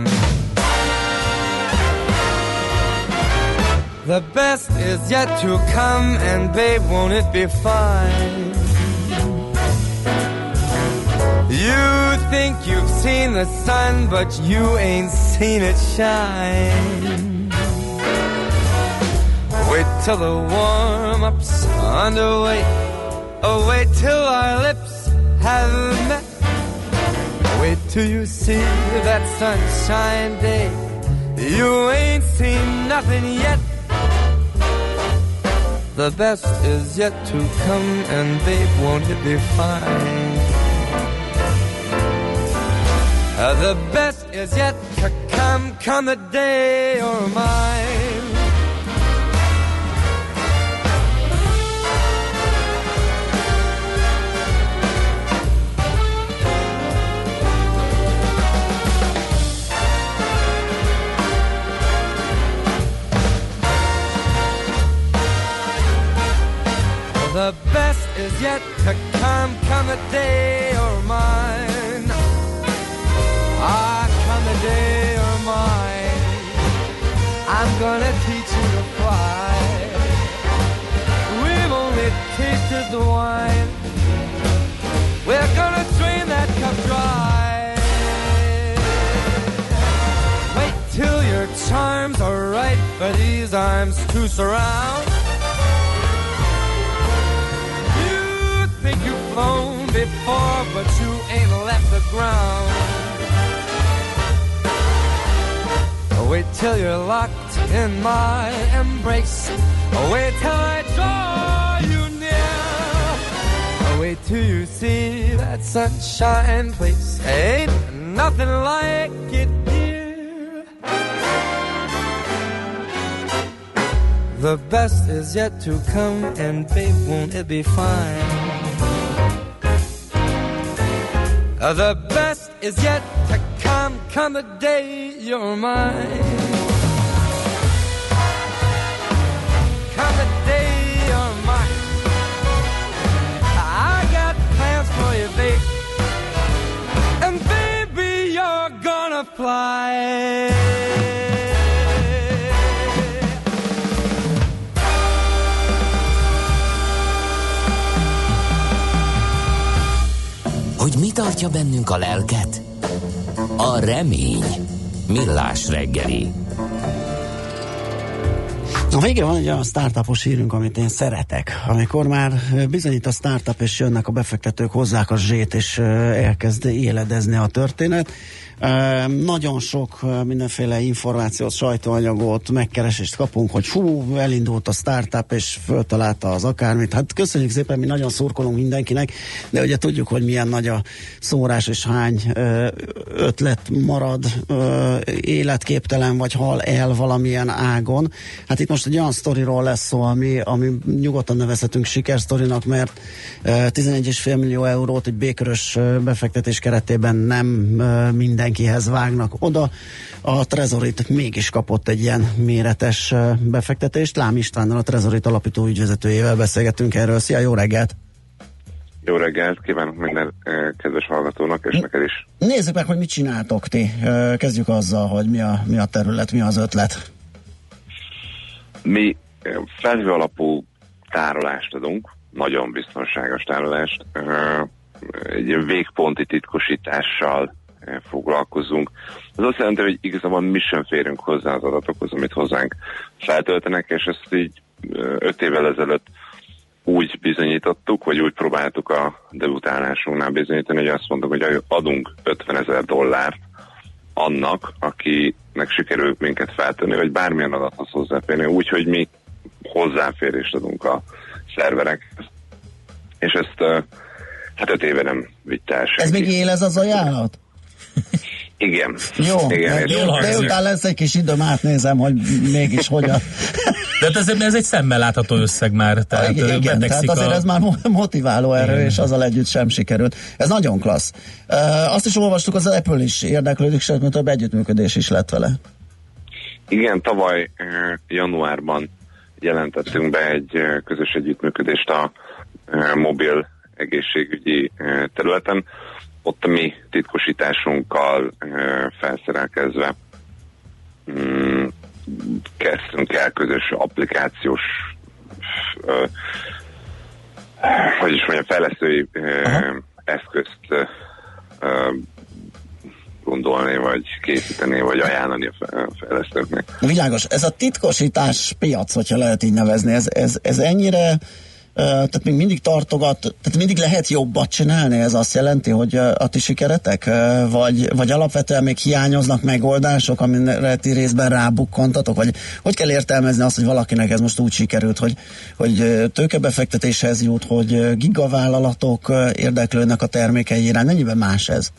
The best is yet to come, and babe, won't it be fine? You think you've seen the sun, but you ain't seen it shine. Wait till the warm-up's underway. Oh, wait till our lips have met. Wait till you see that sunshine day. You ain't seen nothing yet. The best is yet to come, and babe, won't it be fine? Uh, the best is yet to come, come the day you're mine. The best is yet to come, come the day you're mine. Ah, come the day you're mine. I'm gonna teach you to fly. We've only tasted the wine. We're gonna drain that cup dry. Wait till your charms are right for these arms to surround. You've flown before, but you ain't left the ground. Wait till you're locked in my embrace. Wait till I draw you near. Wait till you see that sunshine place. Ain't nothing like it here. The best is yet to come, and babe, won't it be fine? Uh, the best is yet to come, come the day you're mine. Come the day you're mine. I got plans for you, babe. And baby, you're gonna fly. Hogy mi tartja bennünk a lelket? A remény. Millás reggeli. A végre van egy olyan startupos hírünk, amit én szeretek. Amikor már bizonyít a startup, és jönnek a befektetők, hozzák a zsét, és elkezd éledezni a történet. Nagyon sok mindenféle információt, sajtóanyagot, megkeresést kapunk, hogy fú, elindult a startup, és föltalálta az akármit. Hát köszönjük szépen, mi nagyon szurkolunk mindenkinek, de ugye tudjuk, hogy milyen nagy a szórás, és hány ötlet marad életképtelen, vagy hal el valamilyen ágon. Hát itt most egy olyan sztoriról lesz szó, ami, ami nyugodtan nevezhetünk sikersztorinak, mert tizenegy egész öt millió eurót egy békörös befektetés keretében nem minden mindenkihez vágnak oda. A Trezorit mégis kapott egy ilyen méretes befektetést. Lám Istvánnal, a Trezorit alapító ügyvezetőjével beszélgetünk erről. Szia, jó reggelt! Jó reggelt, kívánok minden kedves hallgatónak, és neked is. Nézzük meg, hogy mit csináltok ti. Kezdjük azzal, hogy mi a, mi a terület, mi az ötlet. Mi felhő alapú tárolást adunk, nagyon biztonságos tárolást, egy végponti titkosítással foglalkozunk. Ez azt jelenti, hogy igazából mi sem férünk hozzá az adatokhoz, amit hozzánk feltöltenek, és ezt így öt évvel ezelőtt úgy bizonyítottuk, vagy úgy próbáltuk a debutálásunknál bizonyítani, hogy azt mondtuk, hogy adunk ötvenezer dollárt annak, akinek sikerül minket feltölteni, vagy bármilyen adathoz hozzáférni, úgyhogy mi hozzáférést adunk a szerverekhez. És ezt hát öt éve nem vitt el senki. Ez még él ez az ajánlat? Igen. Jó, igen, délután lesz egy kis időm, átnézem, hogy mégis hogyan. De ez, ez egy szemmel látható összeg már. Tehát, igen, igen, tehát azért a... ez már motiváló erő, igen. És azzal együtt sem sikerült. Ez nagyon klassz. Uh, azt is olvastuk, az Apple is érdeklődik, sőt, több együttműködés is lett vele. Igen, tavaly januárban jelentettünk be egy közös együttműködést a mobil egészségügyi területen. Ott a mi titkosításunkkal felszerelkezve kezdtünk el közös applikációs hogy is mondjam, fejlesztői eszközt gondolni, vagy készíteni, vagy ajánlani a fejlesztőknek. Világos. Ez a titkosítás piac, hogyha lehet így nevezni, ez, ez, ez ennyire tehát még mindig tartogat, tehát mindig lehet jobbat csinálni, ez azt jelenti, hogy a ti sikeretek, vagy, vagy alapvetően még hiányoznak megoldások, amire ti részben rábukkantatok, vagy hogy kell értelmezni azt, hogy valakinek ez most úgy sikerült, hogy, hogy tőkebefektetéshez jut, hogy gigavállalatok érdeklődnek a termékei iránt, mennyiben más ez?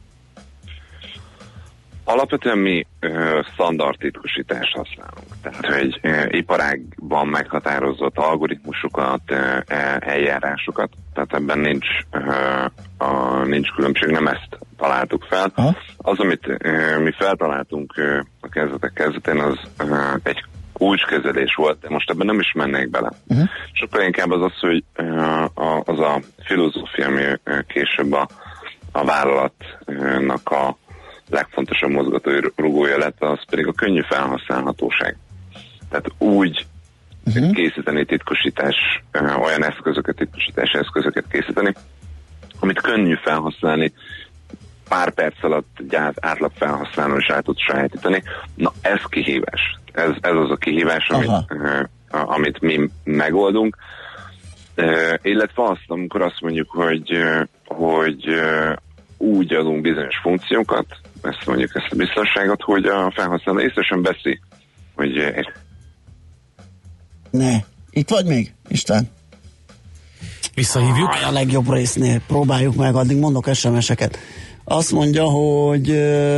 Alapvetően mi uh, standard titkosítást használunk. Tehát, hogy uh, iparágban meghatározott algoritmusokat, uh, eljárásokat, tehát ebben nincs, uh, a, nincs különbség, nem ezt találtuk fel. Aha. Az, amit uh, mi feltaláltunk uh, a kezdetek kezdetén, az uh, egy kulcskezelés volt, de most ebben nem is mennék bele. Uh-huh. Sokkal inkább az az, hogy uh, a, az a filozófia, ami uh, később a, a vállalatnak a legfontosabb mozgatórugója lett, az pedig a könnyű felhasználhatóság. Tehát úgy uh-huh. készíteni titkosítás, olyan eszközöket, titkosítás eszközöket készíteni, amit könnyű felhasználni, pár perc alatt egy átlag felhasználó is el tud sajátítani. Na, ez kihívás. Ez, ez az a kihívás, amit, uh, amit mi megoldunk. Uh, illetve azt, amikor azt mondjuk, hogy, uh, hogy uh, úgy adunk bizonyos funkciókat, ezt mondjuk ezt a biztonságot, hogy a felhasználó észre sem veszi, hogy... Ne, itt vagy még, István? Visszahívjuk? Ah, a legjobb résznél, próbáljuk meg, addig mondok es em es-eket. Azt mondja, hogy...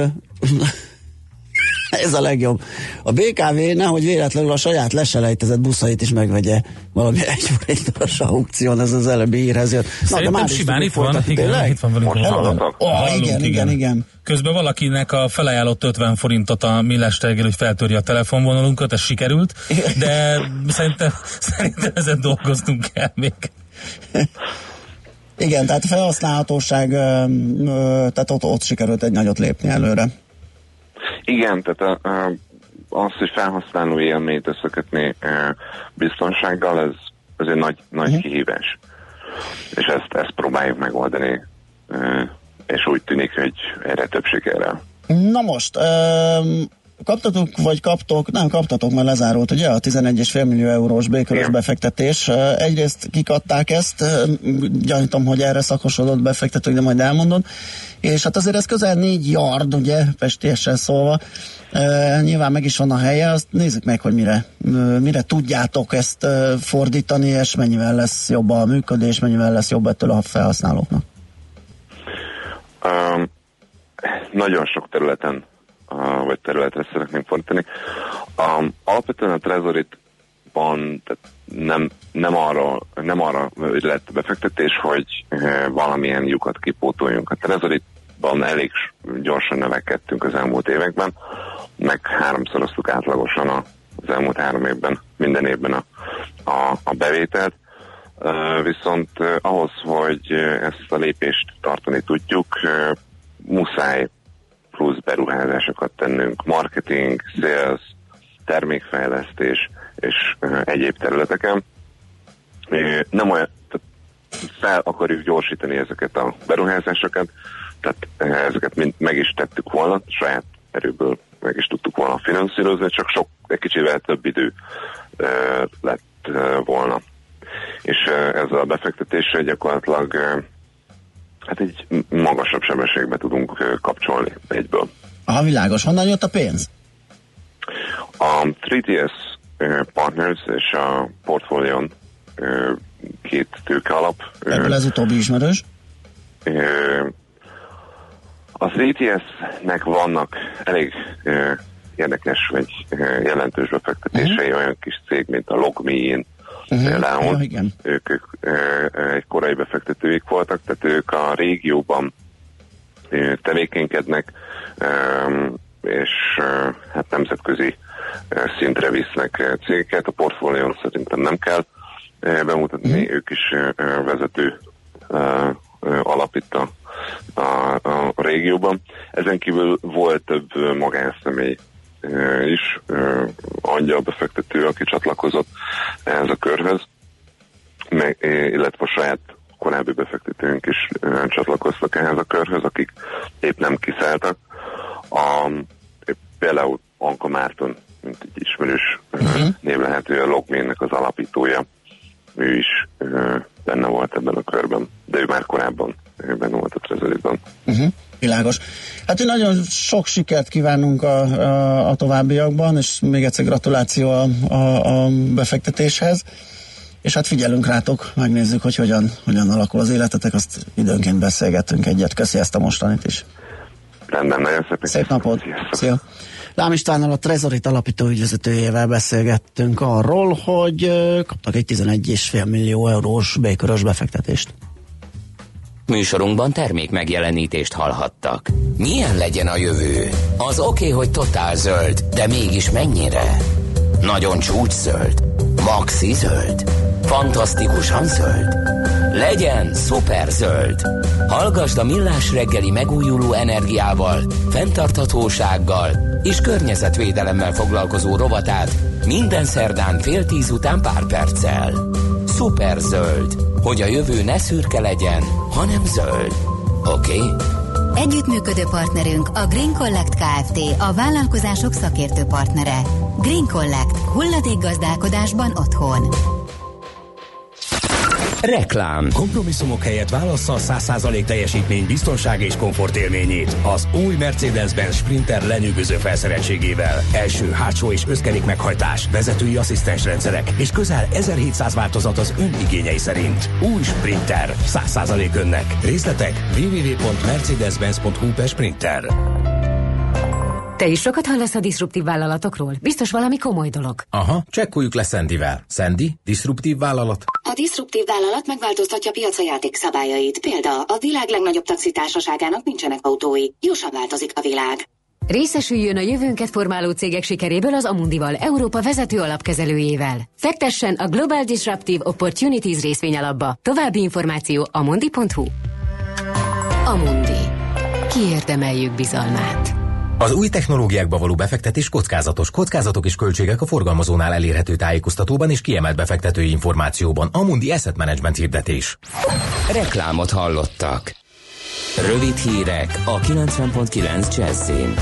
ez a legjobb. A bé ká vé nehogy véletlenül a saját leselejtezett buszait is megvegye valami egyforintos aukción, ez az előbbi hírhez jött. Szerintem simán itt van, igen, itt van velünk. Hallottak? Oh, igen, igen, igen, igen. Közben valakinek a felajánlott ötven forintot a Millás reggel, hogy feltörje a telefonvonalunkat, ez sikerült, de szerintem, szerintem ezen dolgoztunk el még. Igen, tehát a felhasználhatóság, tehát ott, ott sikerült egy nagyot lépni előre. Igen, tehát a, a, az, hogy felhasználó élményt összekötni e, biztonsággal, ez, ez egy nagy, nagy uh-huh. kihívás. És ezt, ezt próbáljuk megoldani, e, és úgy tűnik, hogy erre több sikerrel. Na most, um, kaptatok, vagy kaptok, nem kaptatok, mert lezárult, ugye, a tizenegy egész öt millió eurós B-körös befektetés. Egyrészt kikadták ezt, gyanítom, hogy erre szakosodott befektetők, de majd elmondod. És hát azért ez közel négy yard, ugye, pestéssel szólva. E, nyilván meg is van a helye, azt nézzük meg, hogy mire, mire tudjátok ezt fordítani, és mennyivel lesz jobb a működés, mennyivel lesz jobb ettől a felhasználóknak. Um, nagyon sok területen Uh, vagy területre szeretném fordítani. Um, alapvetően a Trezoritban nem, nem arra, nem arra lett befektetés, hogy uh, valamilyen lyukat kipótoljunk. A Trezoritban elég gyorsan növekedtünk az elmúlt években, meg háromszoroztuk átlagosan a, az elmúlt három évben, minden évben a, a, a bevételt. Uh, viszont uh, ahhoz, hogy ezt a lépést tartani tudjuk, uh, muszáj plusz beruházásokat tennünk, marketing, sales, termékfejlesztés és uh, egyéb területeken. Uh, nem olyan, tehát fel akarjuk gyorsítani ezeket a beruházásokat, tehát uh, ezeket mind meg is tettük volna, saját erőből meg is tudtuk volna finanszírozni, csak sok, egy kicsivel több idő uh, lett uh, volna. És uh, ezzel a befektetéssel gyakorlatilag uh, hát egy magasabb sebességbe tudunk kapcsolni egyből. Aha, világos. Honnan jött a pénz? A három té es Partners és a Portfolion két tőke alap. Ebből ez utóbbi ismerős? Az á té es-nek vannak elég érdekes vagy jelentős befektetései, uh-huh. olyan kis cég, mint a LogMeIn, Uh-huh. Például ja, igen. Ők, ők egy korai befektetőik voltak, tehát ők a régióban tevékenykednek, és hát nemzetközi szintre visznek cégeket. A portfólión szerintem nem kell bemutatni, mm. ők is vezető alap itt a, a, a régióban. Ezen kívül volt több magánszemély is, angyalbefektető, aki csatlakozott ehhez a körhöz, meg, illetve a saját korábbi befektetőnk is csatlakoztak ehhez a körhöz, akik épp nem kiszálltak. A, például Anka Márton, mint egy ismerős uh-huh. név lehető, a Logménnek az alapítója, ő is benne volt ebben a körben, de ő már korábban benne volt a Treasury-ban. Uh-huh. Világos. Hát én nagyon sok sikert kívánunk a, a, a továbbiakban, és még egyszer gratuláció a, a, a befektetéshez, és hát figyelünk rátok, megnézzük, hogy hogyan, hogyan alakul az életetek, azt időnként beszélgetünk egyet. Köszi ezt a mostanit is. Rendben, nagyon szépen. Szép napot. Szia. Lám Istvánnal, a Treasury-t alapító ügyvezetőjével beszélgettünk arról, hogy kaptak egy tizenegy egész öt millió eurós B-körös befektetést. Műsorunkban termék megjelenítést hallhattak. Milyen legyen a jövő? Az oké, hogy totál zöld, de mégis mennyire? Nagyon csúcs zöld? Maxi zöld? Fantasztikusan zöld? Legyen szuper zöld! Hallgasd a Millás reggeli megújuló energiával, fenntarthatósággal és környezetvédelemmel foglalkozó rovatát minden szerdán fél tíz után pár perccel. Szuper zöld! Hogy a jövő ne szürke legyen, hanem zöld. Oké? Okay? Együttműködő partnerünk a Green Collect Kft. A vállalkozások szakértő partnere. Green Collect. Hulladékgazdálkodásban otthon. Reklám. Kompromisszumok helyett válassza a száz százalék teljesítmény, biztonság és komfort élményét az új Mercedes-Benz Sprinter lenyűgöző felszereltségével. Első, hátsó és összkerék meghajtás, vezetői asszisztens rendszerek és közel ezerhétszáz változat az ön igényei szerint. Új Sprinter. száz százalék önnek. Részletek double-u double-u double-u pont mercedes benz pont hu per Sprinter. Te is sokat hallasz a diszruptív vállalatokról? Biztos valami komoly dolog. Aha, csekkoljuk le Sandyvel. Sandy, diszruptív vállalat? A diszruptív vállalat megváltoztatja piaca játékszabályait. Példa, a világ legnagyobb taxitársaságának nincsenek autói. Gyorsan változik a világ. Részesüljön a jövőnket formáló cégek sikeréből az Amundival, Európa vezető alapkezelőjével. Fektessen a Global Disruptive Opportunities részvényalapba. További információ amundi pont hu. Amundi. Kiérdemeljük bizalmát. Az új technológiákba való befektetés kockázatos. Kockázatok és költségek a forgalmazónál elérhető tájékoztatóban és kiemelt befektetői információban. Amundi Asset Management hirdetés. Reklámot hallottak. Rövid hírek a kilencven pont kilenc Jazzin.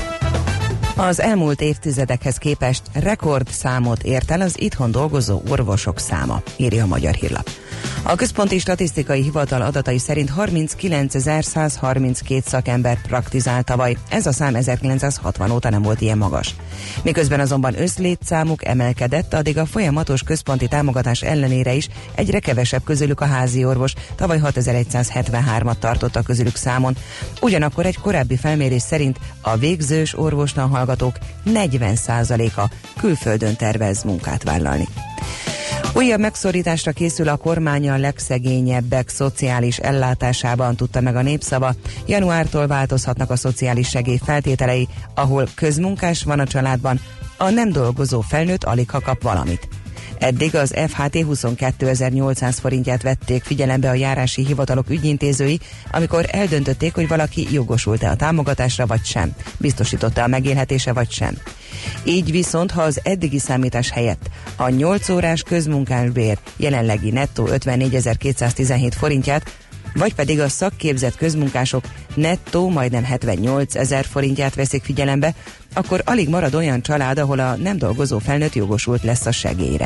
Az elmúlt évtizedekhez képest rekordszámot ért el az itthon dolgozó orvosok száma, írja a Magyar Hírlap. A Központi Statisztikai Hivatal adatai szerint harminckilencezer-százharminckét szakember praktizál tavaly, ez a szám ezerkilencszázhatvan óta nem volt ilyen magas. Miközben azonban összlétszámuk emelkedett, addig a folyamatos központi támogatás ellenére is egyre kevesebb közülük a házi orvos, tavaly hatezer-százhetvenhármat tartottak közülük számon. Ugyanakkor egy korábbi felmérés szerint a végzős orvostan hallgatók negyven százaléka külföldön tervez munkát vállalni. Újabb megszorításra készül a kormány a legszegényebbek szociális ellátásában, tudta meg a Népszava. Januártól változhatnak a szociális segély feltételei, ahol közmunkás van a családban, a nem dolgozó felnőtt aligha kap valamit. Eddig az ef há té huszonkétezer-nyolcszáz forintját vették figyelembe a járási hivatalok ügyintézői, amikor eldöntötték, hogy valaki jogosult-e a támogatásra vagy sem, biztosította a megélhetése vagy sem. Így viszont, ha az eddigi számítás helyett a nyolc órás közmunkásbér jelenlegi nettó ötvennégyezer-kétszáztizenhét forintját, vagy pedig a szakképzett közmunkások nettó majdnem hetvennyolcezer forintját veszik figyelembe, akkor alig marad olyan család, ahol a nem dolgozó felnőtt jogosult lesz a segélyre.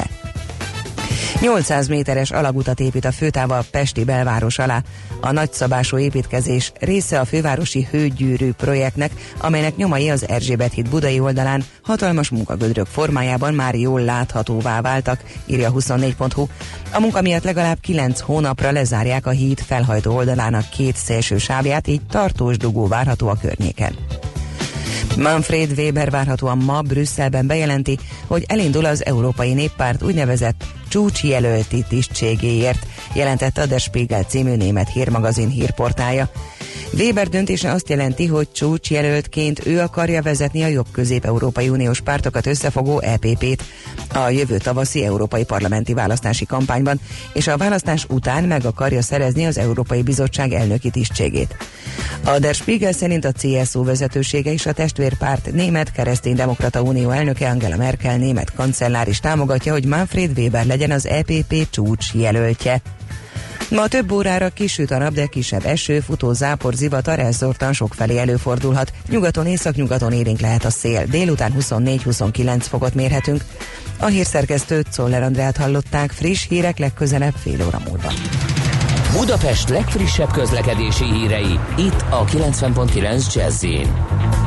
nyolcszáz méteres alagutat épít a főtáv a pesti belváros alá. A nagyszabású építkezés része a fővárosi hőgyűrű projektnek, amelynek nyomai az Erzsébet híd budai oldalán hatalmas munkagödrök formájában már jól láthatóvá váltak, írja huszonnégy pont hu. A munka miatt legalább kilenc hónapra lezárják a híd felhajtó oldalának két szélső sávját, így tartós dugó várható a környéken. Manfred Weber várhatóan ma Brüsszelben bejelenti, hogy elindul az Európai Néppárt úgynevezett csúcsjelölti tisztségéért, jelentette a Der Spiegel című német hírmagazin hírportálja. Weber döntése azt jelenti, hogy csúcsjelöltként ő akarja vezetni a jobb közép-európai uniós pártokat összefogó é pé pét a jövő tavaszi európai parlamenti választási kampányban, és a választás után meg akarja szerezni az Európai Bizottság elnöki tisztségét. A Der Spiegel szerint a cé es u vezetősége és a testvérpárt Német Kereszténydemokrata Unió elnöke Angela Merkel német kancellár is támogatja, hogy Manfred Weber legyen az é pé pé csúcs jelöltje. Ma több órára kisüt a nap, de kisebb eső, futó zápor, zivatar elszórtan sokfelé előfordulhat. Nyugaton, északnyugaton élénk lehet a szél. Délután huszonnégy-huszonkilenc fokot mérhetünk. A hírszerkesztőt, Czoller Andrát hallották, friss hírek legközelebb fél óra múlva. Budapest legfrissebb közlekedési hírei, itt a kilencven pont kilenc Jazz-in.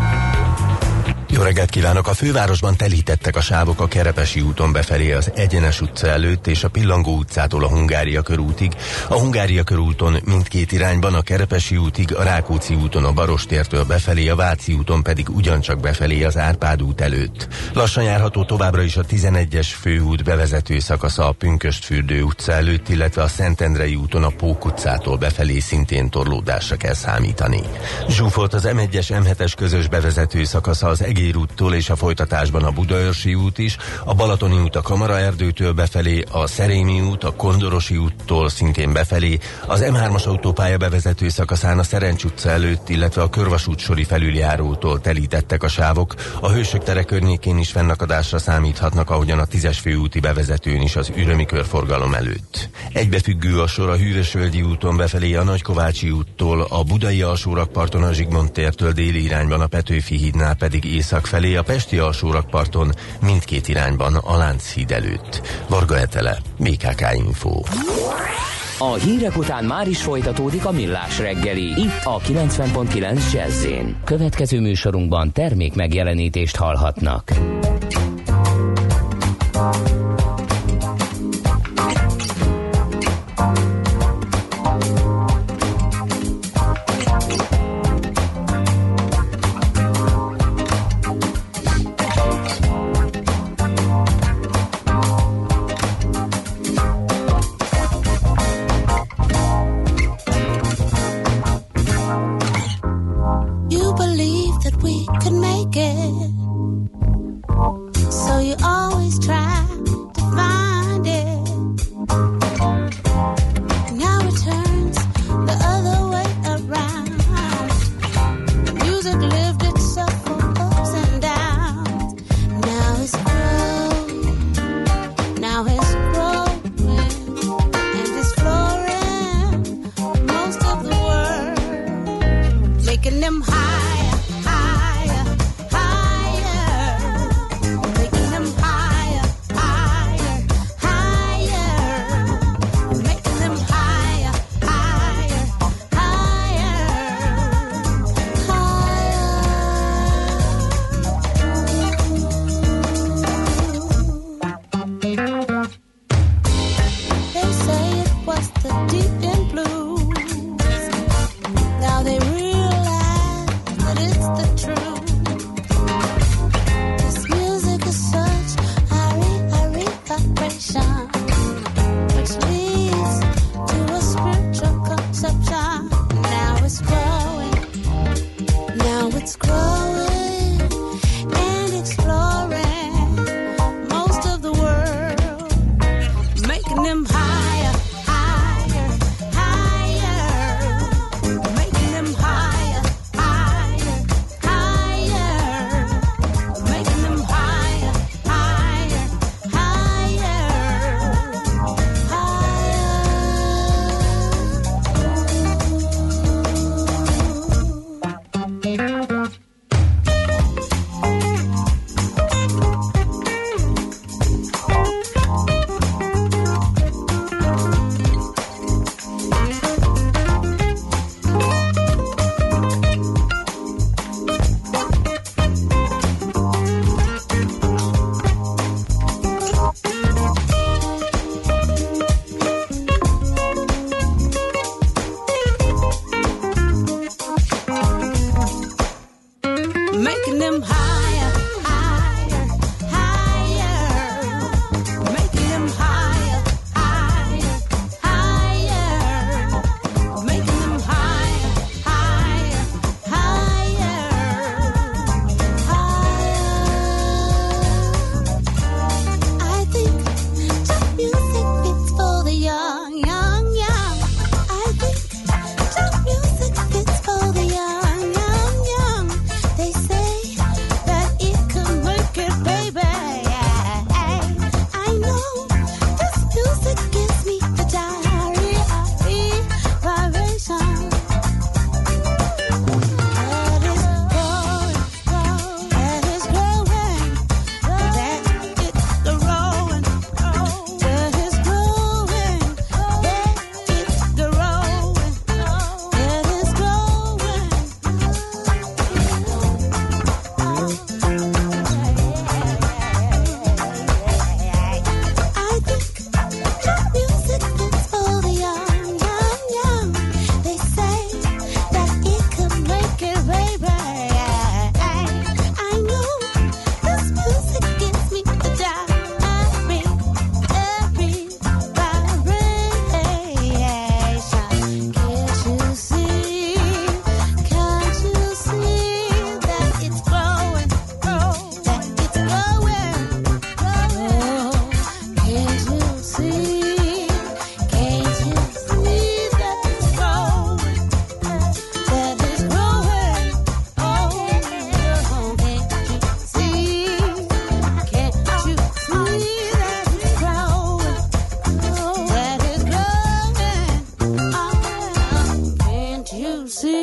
Jó reggelt kívánok! A fővárosban telítettek a sávok a Kerepesi úton befelé az Egyenes utca előtt és a Pillangó utcától a Hungária körútig. A Hungária körúton mindkét irányban, a Kerepesi útig, a Rákóczi úton a Barostértől befelé, a Váci úton pedig ugyancsak befelé az Árpád út előtt. Lassan járható továbbra is a tizenegyes főút bevezető szakasza a Pünkösdfürdő utca előtt, illetve a Szentendrei úton a Pók utcától befelé szintén torlódásra kell számítani. Zsúfolt az em egyes em hetes közös bevezető szakasza az Egér úttól és a folytatásban a Budaörsi út is, a Balatoni út a Kamaraerdőtől befelé, a Szerémi út a Kondorosi úttól szintén befelé, az em hármas autópálya bevezető szakaszán a Szerencs utca előtt, illetve a Körvasút sori felüljárótól telítettek a sávok, a Hősök tere környékén is fennakadásra számíthatnak, ahogyan a tízes főúti bevezetőn is az Ürömi körforgalom előtt. Egybefüggő a sor a Hűvösvölgyi úton befelé a Nagykovácsi úttól, a Budai alsórakparton a Zsigmond tértől déli irányban, a Petőfi hídnál pedig észak felé, a pesti alsórakparton mindkét irányban a Lánchíd előtt. Varga Etele, bé ká ká Info. A hírek után már is folytatódik a Millás reggeli, itt a kilencven pont kilenc Jazz-én. Következő műsorunkban termék megjelenítést hallhatnak.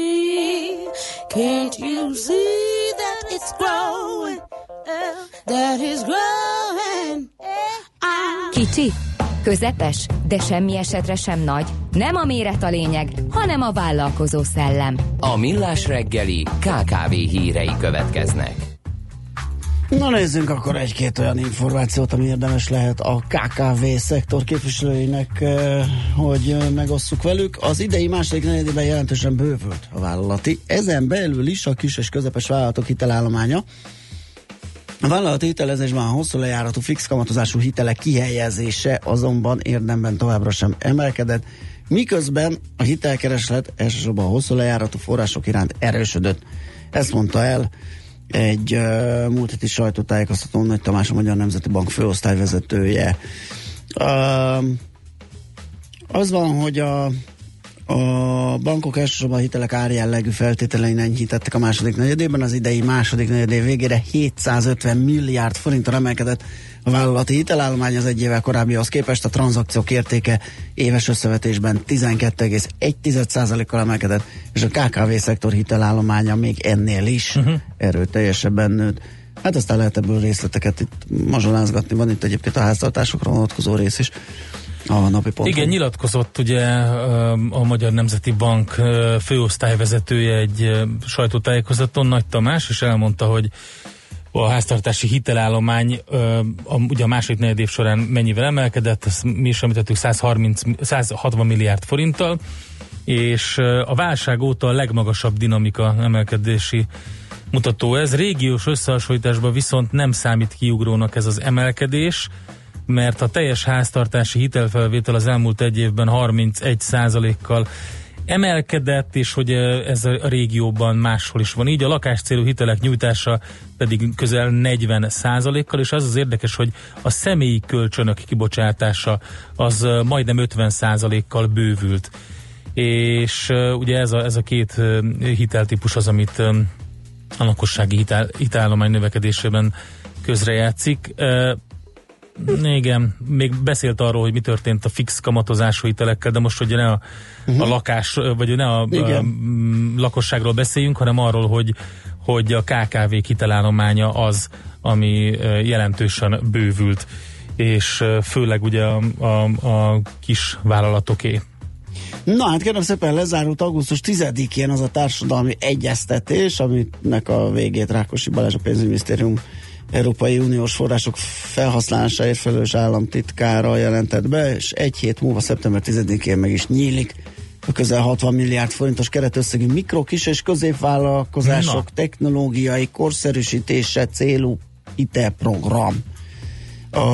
Can't you see that it's growing, that is growing. Kicsi, közepes, de semmi esetre sem nagy. Nem a méret a lényeg, hanem a vállalkozó szellem. A Millás reggeli ká ká vé hírei következnek. Na nézzünk akkor egy-két olyan információt, ami érdemes lehet a ká ká vé szektor képviselőinek, hogy megosszuk velük. Az idei második negyedében jelentősen bővült a vállalati. Ezen belül is a kis és közepes vállalatok hitelállománya. A vállalati hitelezésben a hosszú lejáratú fix kamatozású hitelek kihelyezése azonban érdemben továbbra sem emelkedett, miközben a hitelkereslet elsősorban a hosszú lejáratú források iránt erősödött. Ezt mondta el egy uh, múlt heti sajtótájékoztatón Nagy Tamás, a Magyar Nemzeti Bank főosztályvezetője. Uh, az van, hogy a, a bankok elsősorban a hitelek árjellegű feltételein enyhítettek a második negyedében. Az idei második negyedév végére hétszázötven milliárd forintra emelkedett a vállalati hitelállomány az egy évvel korábbihoz képest. A tranzakciók értéke éves összevetésben tizenkettő egész egy százalékkal emelkedett, és a ká ká vé szektor hitelállománya még ennél is uh-huh. erőteljesebben nőtt. Hát aztán lehet ebből részleteket itt mazsolázgatni. Van itt egyébként a háztartásokra vonatkozó rész is a napi ponton. Igen, nyilatkozott ugye a Magyar Nemzeti Bank főosztályvezetője egy sajtótájékoztatón, Nagy Tamás, és elmondta, hogy a háztartási hitelállomány a, ugye a második negyed év során mennyivel emelkedett, ezt mi is említettük száz hatvan milliárd forinttal, és a válság óta a legmagasabb dinamika emelkedési mutató ez. Régiós összehasonlításban viszont nem számít kiugrónak ez az emelkedés, mert a teljes háztartási hitelfelvétel az elmúlt egy évben harmincegy százalékkal emelkedett, és hogy ez a régióban máshol is van így. A lakáscélú hitelek nyújtása pedig közel negyven százalékkal, és az az érdekes, hogy a személyi kölcsönök kibocsátása az majdnem ötven százalékkal bővült. És ugye ez a, ez a két hiteltípus az, amit a lakossági hitel, hitelállomány növekedésében közrejátszik. Igen, még beszélt arról, hogy mi történt a fix kamatozású hitelekkel, de most ugye ne a, uh-huh. a lakás, vagy ne a, a lakosságról beszéljünk, hanem arról, hogy, hogy a ká ká vé hitelállománya az, ami jelentősen bővült, és főleg ugye a, a, a kis vállalatoké. Na hát kérem szépen, lezárult augusztus tizedikén az a társadalmi egyeztetés, aminek a végét Rákosi Balázs, a pénzügyminisztérium Európai Uniós források felhasználásáért felelős államtitkára jelentett be, és egy hét múlva, szeptember tizedikén meg is nyílik a közel hatvan milliárd forintos keretösszegű mikro, kis és középvállalkozások Na. technológiai korszerűsítése célú hitelprogram. A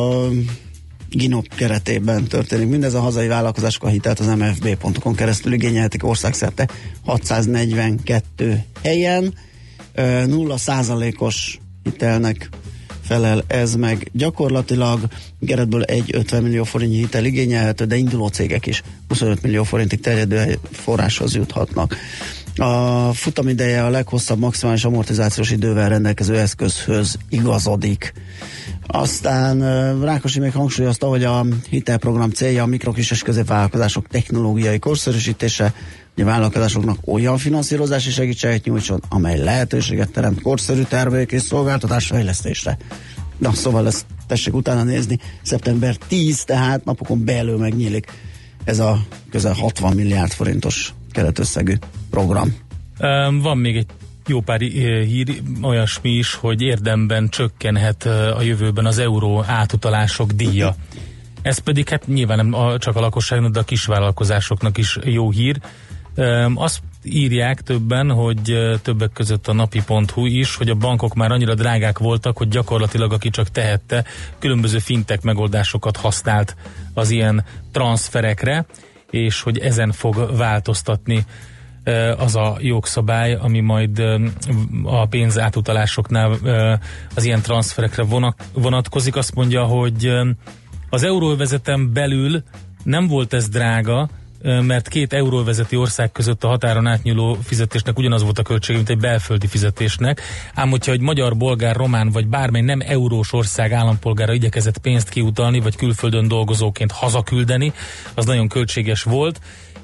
GINOP keretében történik. Mindez a hazai vállalkozások a hitelt az em ef bé pont com keresztül igényelhetik országszerte hatszáznegyvenkettő helyen. Nulla százalékos hitelnek felel ez meg. Gyakorlatilag keretből egy ötven millió forintnyi hitel igényelhető, de induló cégek is huszonöt millió forintig terjedő forráshoz juthatnak. A futamideje a leghosszabb maximális amortizációs idővel rendelkező eszközhöz igazodik. Aztán Rákosi még hangsúlyozta, hogy a hitelprogram célja a mikro, kis és középvállalkozások technológiai korszerűsítése, hogy a vállalkozásoknak olyan finanszírozási segítséget nyújtson, amely lehetőséget teremt korszerű termék és szolgáltatás fejlesztésre. Na, szóval ezt tessék utána nézni. szeptember tíz, tehát napokon belül megnyílik ez a közel hatvan milliárd forintos keretösszegű program. Van még egy jó pár hír, olyasmi is, hogy érdemben csökkenhet a jövőben az euró átutalások díja. Ez pedig hát nyilván nem a, csak a lakosságnak, de a kisvállalkozásoknak is jó hír. Azt írják többen, hogy többek között a napi pont hu is, hogy a bankok már annyira drágák voltak, hogy gyakorlatilag aki csak tehette, különböző fintech megoldásokat használt az ilyen transferekre, és hogy ezen fog változtatni az a jogszabály, ami majd a pénzátutalásoknál az ilyen transferekre vonatkozik. Azt mondja, hogy az euróvezeten belül nem volt ez drága, mert két euróvezeti ország között a határon átnyúló fizetésnek ugyanaz volt a költsége, mint egy belföldi fizetésnek. Ám hogyha egy magyar, bolgár, román vagy bármely nem eurós ország állampolgára igyekezett pénzt kiutalni, vagy külföldön dolgozóként hazaküldeni, az nagyon költséges volt,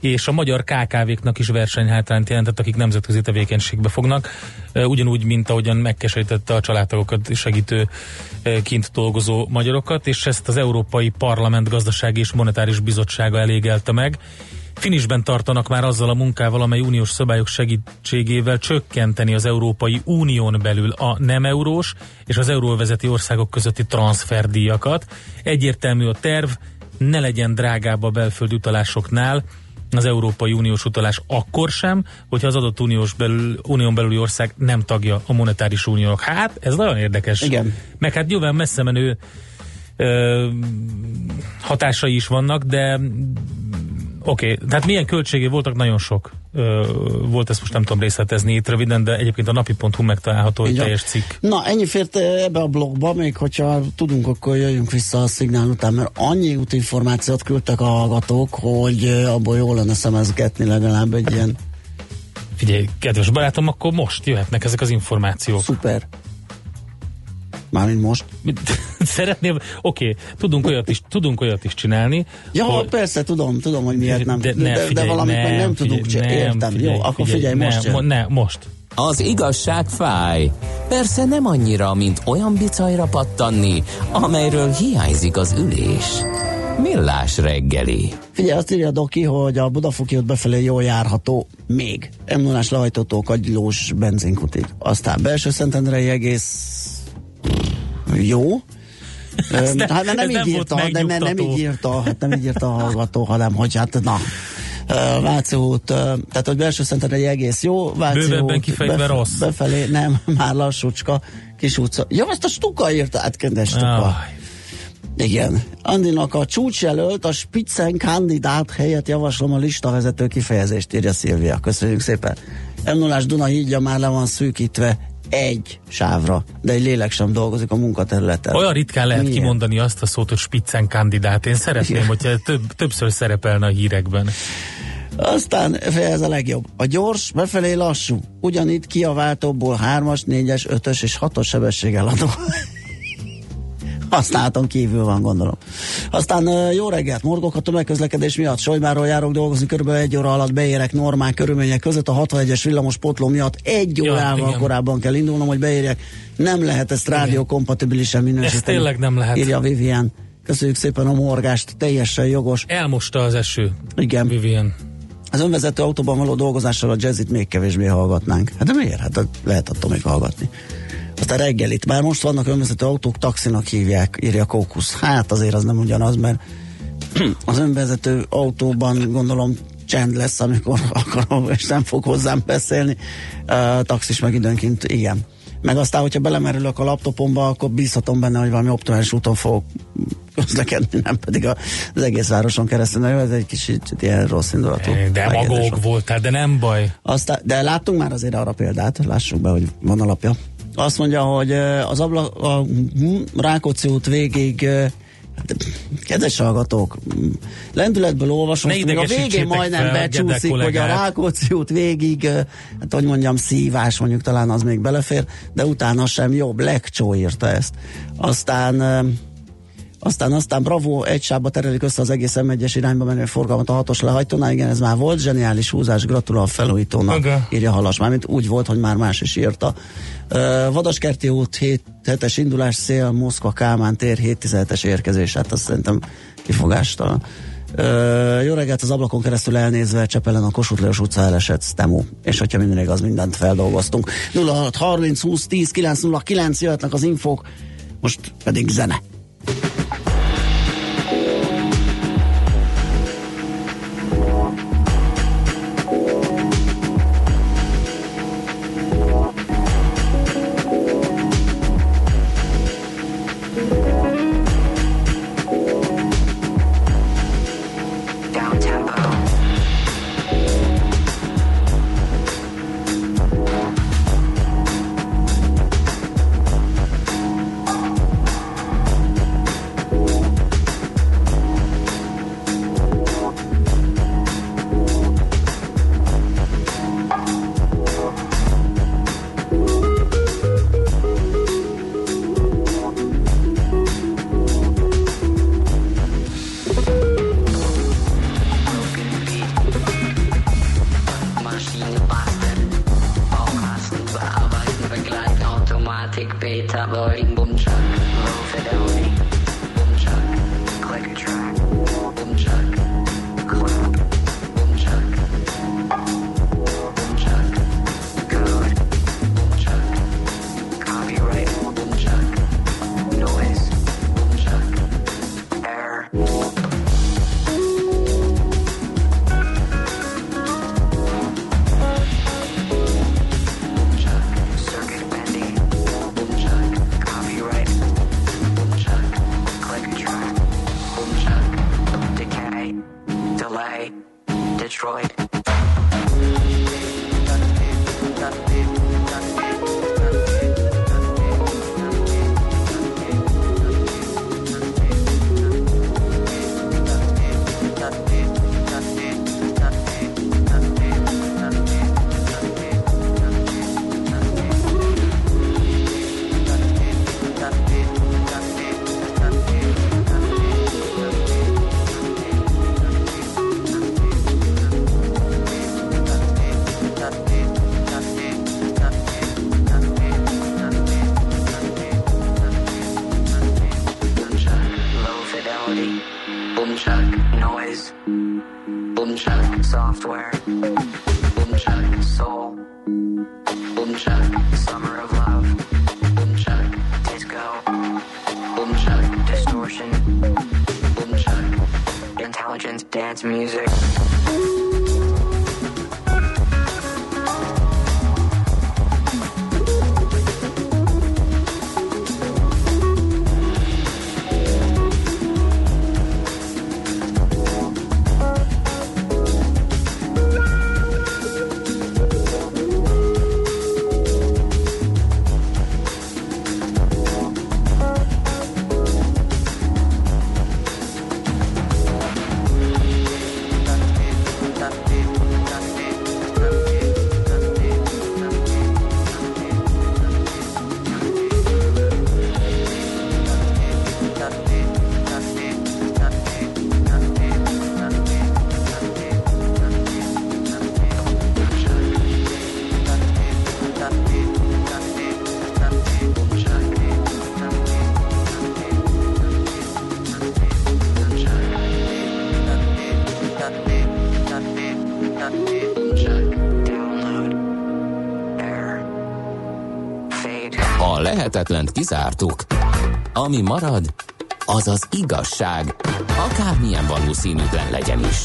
és a magyar ká ká véknak is versenyhátrányt jelentett, akik nemzetközi tevékenységbe fognak, ugyanúgy, mint ahogyan megkeserítette a családtagokat segítő kint dolgozó magyarokat, és ezt az Európai Parlament Gazdasági és Monetáris Bizottsága elégelte meg. Finisben tartanak már azzal a munkával, amely uniós szabályok segítségével csökkenteni az Európai Unión belül a nem eurós és az euróvezeti országok közötti transferdíjakat. Egyértelmű a terv, ne legyen drágább a belföldi utalásoknál az Európai Uniós utalás akkor sem, hogyha az adott uniós belül, unión belüli ország nem tagja a monetáris uniónak. Hát, ez nagyon érdekes. Igen. Meg hát nyilván messze menő ö, hatásai is vannak, de oké, okay. Tehát milyen költségé voltak? Nagyon sok ö, volt, ezt most nem tudom részletezni itt röviden, de egyébként a napi pont hu megtalálható egy teljes cikk. Na, ennyi fért ebbe a blogba, még hogyha tudunk, akkor jöjjünk vissza a szignál után, mert annyi útinformációt küldtek a hallgatók, hogy abból jól lenne szemezgetni legalább egy ilyen. Figyelj, kedves barátom, akkor most jöhetnek ezek az információk. Szuper. Mármint most. Szeretném, oké, okay, tudunk olyat is, tudunk olyat is csinálni. Ja, hogy... persze, tudom, tudom, hogy miért nem. De, de, ne, de, figyelj, de valamit nem, meg nem figyelj, tudunk csinálni. Értem, figyelj, jó, akkor figyelj, figyelj most ne, jön. Ne, most. Az igazság fáj. Persze nem annyira, mint olyan bicajra pattanni, amelyről hiányzik az ülés. Millás reggeli. Figyelj, azt írja a Doki, hogy a Budafoki út befelé jól járható még. em nullás lehajtótól Kagylós benzinkutig. Aztán belső Szentendrei egész jó. Öm, nem, hát nem, nem, nem így írta, de nem, nem így írta, hát nem így írta a hallgató, hanem hogy hát na. Váci út, tehát hogy belső Szentendrei egész jó, Váci bővebben út kifejtve bef- rossz. Befelé nem, már lassúcska, Kis utca. Ja, azt a Stuka írta, hát kedves Stuka. Ah. Igen. Andinak a csúcsjelölt, a Spitzenkandidát helyett javaslom a listavezető kifejezést, írja Szilvia. Köszönjük szépen. em nullás Duna hídja már le van szűkítve egy sávra, de egy lélek sem dolgozik a munkaterületen. Olyan ritkán lehet Miért? kimondani azt a szót, hogy Spitzenkandidát. Én szeretném, Igen. hogyha több, többször szerepelne a hírekben. Aztán ez a legjobb. A gyors befelé lassú. Ugyanitt ki a váltóból hármas, négyes, ötös és hatos sebességgel adó. Használaton kívül van, gondolom. Aztán jó reggelt, morgok a tömegközlekedés miatt. Solymáról járok dolgozni, körülbelül egy óra alatt beérek normál körülmények között. A hatvanegyes villamos pótló miatt egy Ja, órával igen. korábban kell indulnom, hogy beérjek. Nem lehet ezt rádiókompatibilisen minősíteni. Ez tényleg nem lehet. Írja Vivian. Köszönjük szépen a morgást, teljesen jogos. Elmosta az eső. Igen. Vivian. Az önvezető autóban való dolgozással a jazzit még kevésbé hallgatnánk. Hát de miért? Hát lehet attól még hallgatni. Aztán reggelit. Már most vannak önvezető autók, taxinak hívják, írja Kókusz. Hát azért az nem ugyanaz, mert az önvezető autóban gondolom csend lesz, amikor akarom, és nem fog hozzám beszélni. Uh, taxis meg időnként igen. Meg aztán, hogyha belemerülök a laptopomba, akkor bízhatom benne, hogy valami optimális úton fogok közlekedni, nem pedig az egész városon keresztül. Na jó, ez egy kicsit ilyen rossz indulatú. De magóg voltál, de nem baj. Aztán, de láttunk már azért arra példát, lássuk be, hogy van alapja. Azt mondja, hogy az ablak, a Rákóczi út végig, hát, kedves hallgatók, lendületből olvasom, még a végén majdnem becsúszik, hogy a Rákóczi út végig, hát hogy mondjam, szívás, mondjuk talán az még belefér, de utána sem jobb. Lekcsó írta ezt. Aztán Aztán, aztán bravo, egy sávba terelik össze az egész em egyes irányba menő forgalmat a hatos lehajtónál. Igen, ez már volt, zseniális húzás, gratulál a felújítónak, okay. Írja Halas. Mármint úgy volt, hogy már más is írta. Uh, Vadaskerti út hét hetes indulás, szél, Moszkva, Kálmán tér, hét tizenhetes érkezés. Hát azt szerintem kifogástalan. Uh, jó reggelt, az ablakon keresztül elnézve Csepelen a Kossuth Lajos utca elesett, Stemu. És hogyha minden igaz, mindent feldolgoztunk. nulla hat harminc húsz tíz kilenc nulla kilenc jöhetnek az infók, most pedig zene. Take beta, loading, boom chuck, low fidelity, boom chuck, click a track, boom chuck, clap, boom chuck, boom chuck, code, boom chuck, copyright, boom chuck, noise, boom chuck, error. Detroit. Lehetetlent kizártuk. Ami marad, az az igazság, akármilyen valószínűtlen legyen is.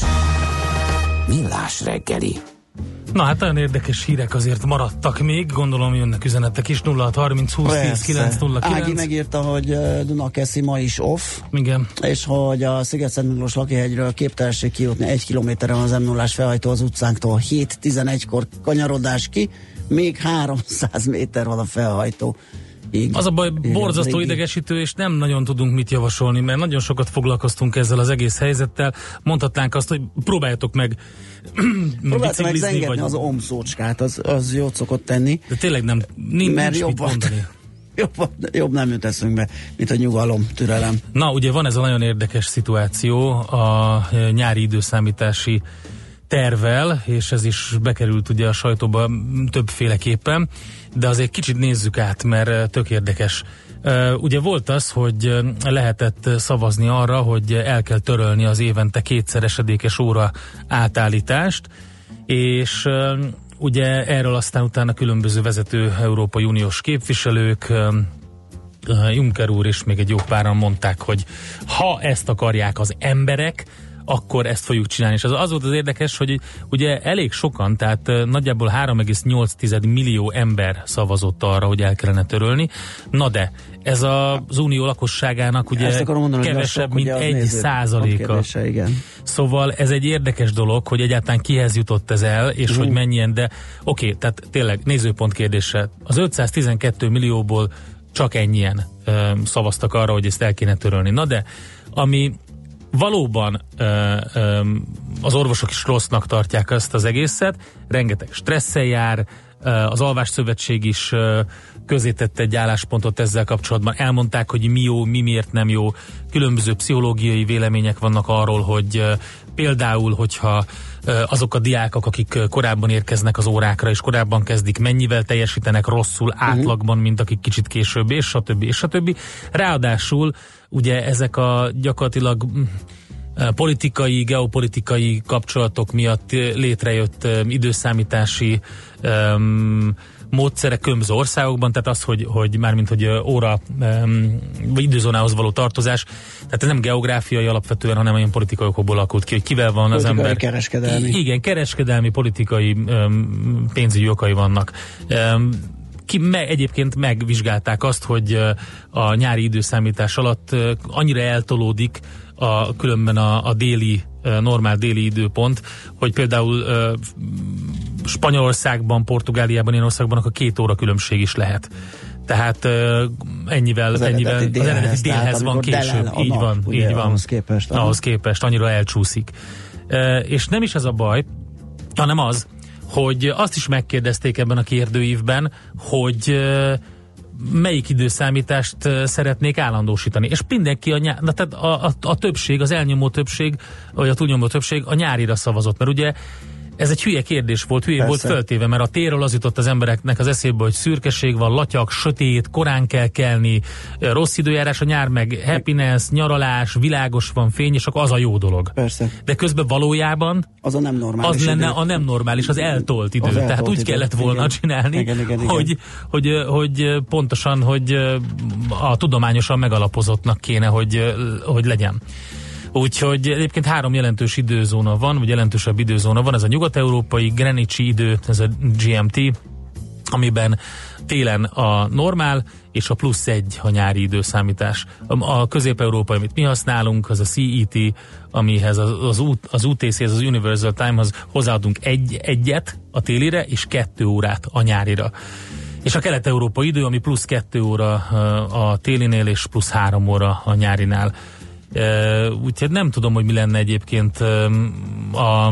Millás reggeli. Na hát nagyon érdekes hírek azért maradtak még, gondolom jönnek üzenetek is, nulla hat harminc húsz tíz kilenc nulla kilenc. Ági megírta, hogy Dunakeszi ma is off. Igen. És hogy a Sziget-Szent Miklós lakihegyről képtelenség kijutni egy kilométeren az em nullás felhajtó az utcánktól hét tizenegykor kanyarodás ki, még háromszáz méter van a felhajtó. Így, az a baj, borzasztó idegesítő, és nem nagyon tudunk mit javasolni, mert nagyon sokat foglalkoztunk ezzel az egész helyzettel. Mondhatnánk azt, hogy próbáljatok meg próbáljátok meg zengetni vagy... az omszócskát, az, az jót szokott tenni. De tényleg nem, nincs, mert nincs jobb, mit mondani. Jobb, jobb nem jut eszünkbe, mint a nyugalom, türelem. Na, ugye van ez a nagyon érdekes szituáció a nyári időszámítási tervvel, és ez is bekerült ugye a sajtóba többféleképpen, de azért kicsit nézzük át, mert tök érdekes. Uh, ugye volt az, hogy lehetett szavazni arra, hogy el kell törölni az évente kétszer esedékes óra átállítást, és uh, ugye erről aztán utána különböző vezető Európai Uniós képviselők, uh, Juncker úr és még egy jó páran mondták, hogy ha ezt akarják az emberek, akkor ezt fogjuk csinálni. És az, az volt az érdekes, hogy ugye elég sokan, tehát nagyjából három egész nyolc millió ember szavazott arra, hogy el kellene törölni. Na de, ez a, az unió lakosságának ugye mondani, kevesebb, mint egy százaléka. Szóval ez egy érdekes dolog, hogy egyáltalán kihez jutott ez el, és uh-huh. hogy mennyien, de oké, okay, tehát tényleg nézőpont kérdése. Az ötszáztizenkét millióból csak ennyien ö, szavaztak arra, hogy ezt el kéne törölni. Na de, ami valóban ö, ö, az orvosok is rossznak tartják ezt az egészet, rengeteg stresszel jár, Az Alvás Szövetség is közzétette egy álláspontot ezzel kapcsolatban. Elmondták, hogy mi jó, mi miért nem jó. Különböző pszichológiai vélemények vannak arról, hogy például, hogyha azok a diákok, akik korábban érkeznek az órákra, és korábban kezdik, mennyivel teljesítenek rosszul átlagban, mint akik kicsit később, és stb. és stb. Ráadásul ugye ezek a gyakorlatilag politikai, geopolitikai kapcsolatok miatt létrejött időszámítási um, módszerek különböző országokban, tehát az, hogy, hogy mármint, hogy óra um, vagy időzónához való tartozás, tehát ez nem geográfiai alapvetően, hanem olyan politikai okokból alakult ki, hogy kivel van politikai, az ember. Kereskedelmi. Igen, kereskedelmi, politikai, um, pénzügyi okai vannak. Um, Ki me, egyébként megvizsgálták azt, hogy a nyári időszámítás alatt annyira eltolódik a, különben a, a déli, normál déli időpont, hogy például Spanyolországban, Portugáliában, ilyen országban a két óra különbség is lehet. Tehát ennyivel, az ennyivel eredeti délhez, az eredeti délhez van később. Így nap, van, ugye, így van. Ahhoz képest. Ahhoz képest, annyira elcsúszik. És nem is ez a baj, hanem az, hogy azt is megkérdezték ebben a kérdőívben, hogy melyik időszámítást szeretnék állandósítani. És mindenki, a, nyá- tehát a, a, a többség, az elnyomó többség, vagy a túlnyomó többség a nyárira szavazott, mert ugye ez egy hülye kérdés volt, hülye Persze. volt föltéve, mert a térről az jutott az embereknek az eszébe, hogy szürkeség van, latyak, sötét, korán kell kelni, rossz időjárás, a nyár meg happiness, nyaralás, világos van, fény, és akkor az a jó dolog. Persze. De közben valójában az a nem normális az lenne idő. a nem normális, az eltolt idő. Az eltolt Tehát úgy idő. kellett volna igen. csinálni, igen, igen, igen. Hogy, hogy, hogy pontosan, hogy a tudományosan megalapozottnak kéne, hogy, hogy legyen. Úgyhogy egyébként három jelentős időzóna van, vagy jelentősebb időzóna van, ez a nyugat-európai Greenwichi idő, ez a gé em té, amiben télen a normál, és a plusz egy a nyári időszámítás. A közép-európai, amit mi használunk, az a cé é té, amihez az, az, az u té cé, az Universal Time-hoz hozzáadunk egy, egyet a télire, és kettő órát a nyárira. És a kelet-európai idő, ami plusz kettő óra a télinél, és plusz három óra a nyárinál. Uh, úgyhogy nem tudom, hogy mi lenne egyébként um, a,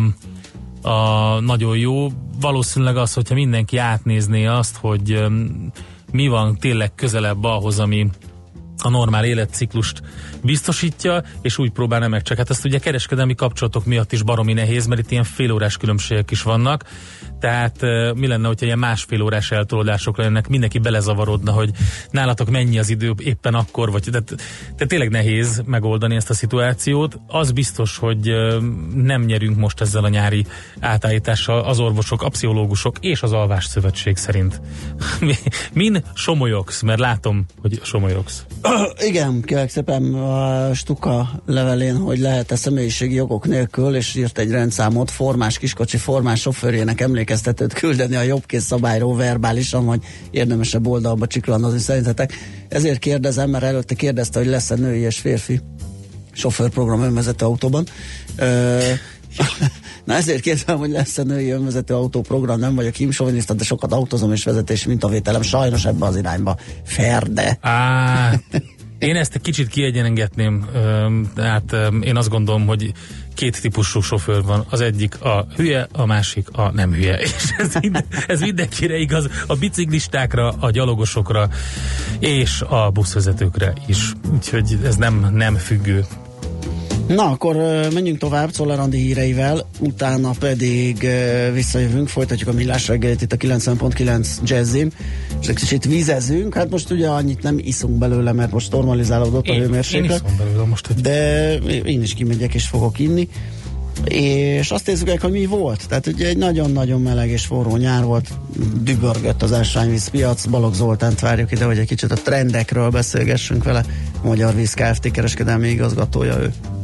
a nagyon jó. Valószínűleg az, hogyha mindenki átnézné azt, hogy um, mi van tényleg közelebb ahhoz, ami a normál életciklust biztosítja, és úgy próbálna meg. Csak hát ezt ugye kereskedelmi kapcsolatok miatt is baromi nehéz, mert itt ilyen félórás különbségek is vannak. Tehát uh, mi lenne, hogyha ilyen másfél órás eltolódások lennek, mindenki belezavarodna, hogy nálatok mennyi az idő éppen akkor, vagy tehát, tehát tényleg nehéz megoldani ezt a szituációt. Az biztos, hogy uh, nem nyerünk most ezzel a nyári átállítással az orvosok, a pszichológusok és az Alvás Szövetség szerint. Min somolyogsz, mert látom, hogy somolyogsz. Igen, kérlek szépen a Stuka levelén, hogy lehet-e személyiségi jogok nélkül, és írt egy rendszámot, formás kiskocsi formás sofőrjének emlékeztetőt küldeni a jobbkész szabályról verbálisan, hogy érdemesebb oldalba csiklandozni szerintetek. Ezért kérdezem, mert előtte kérdezte, hogy lesz-e női és férfi sofőrprogram önvezető autóban. Ö, Na ezért kérdezem, hogy lesz-e női önvezető autóprogram, nem vagyok hímsoviniszta, de sokat autózom és vezetési mintavételem sajnos ebbe az irányba. Ferde. Á, én ezt egy kicsit kiegyenengetném, hát én azt gondolom, hogy két típusú sofőr van. Az egyik a hülye, a másik a nem hülye. És ez, minden, ez mindenkire igaz. A biciklistákra, a gyalogosokra és a buszvezetőkre is. Úgyhogy ez nem, nem függő. Na, akkor uh, menjünk tovább Czoller Andi híreivel, utána pedig uh, visszajövünk, folytatjuk a millás reggelit itt a kilencven pont kilenc Jazzin, és egy kicsit vízezünk, hát most ugye annyit nem iszunk belőle, mert most normalizálódott a hőmérséklet. Én iszom belőle most. De én is kimegyek és fogok inni. És azt nézzük meg, hogy mi volt. Tehát ugye egy nagyon-nagyon meleg és forró nyár volt, dübörgött az ásványvízpiac. Balogh Zoltánt várjuk ide, hogy egy kicsit a trendekről beszélgessünk vele. A Magyar Víz Kft. Kereskedelmi igazgatója ő.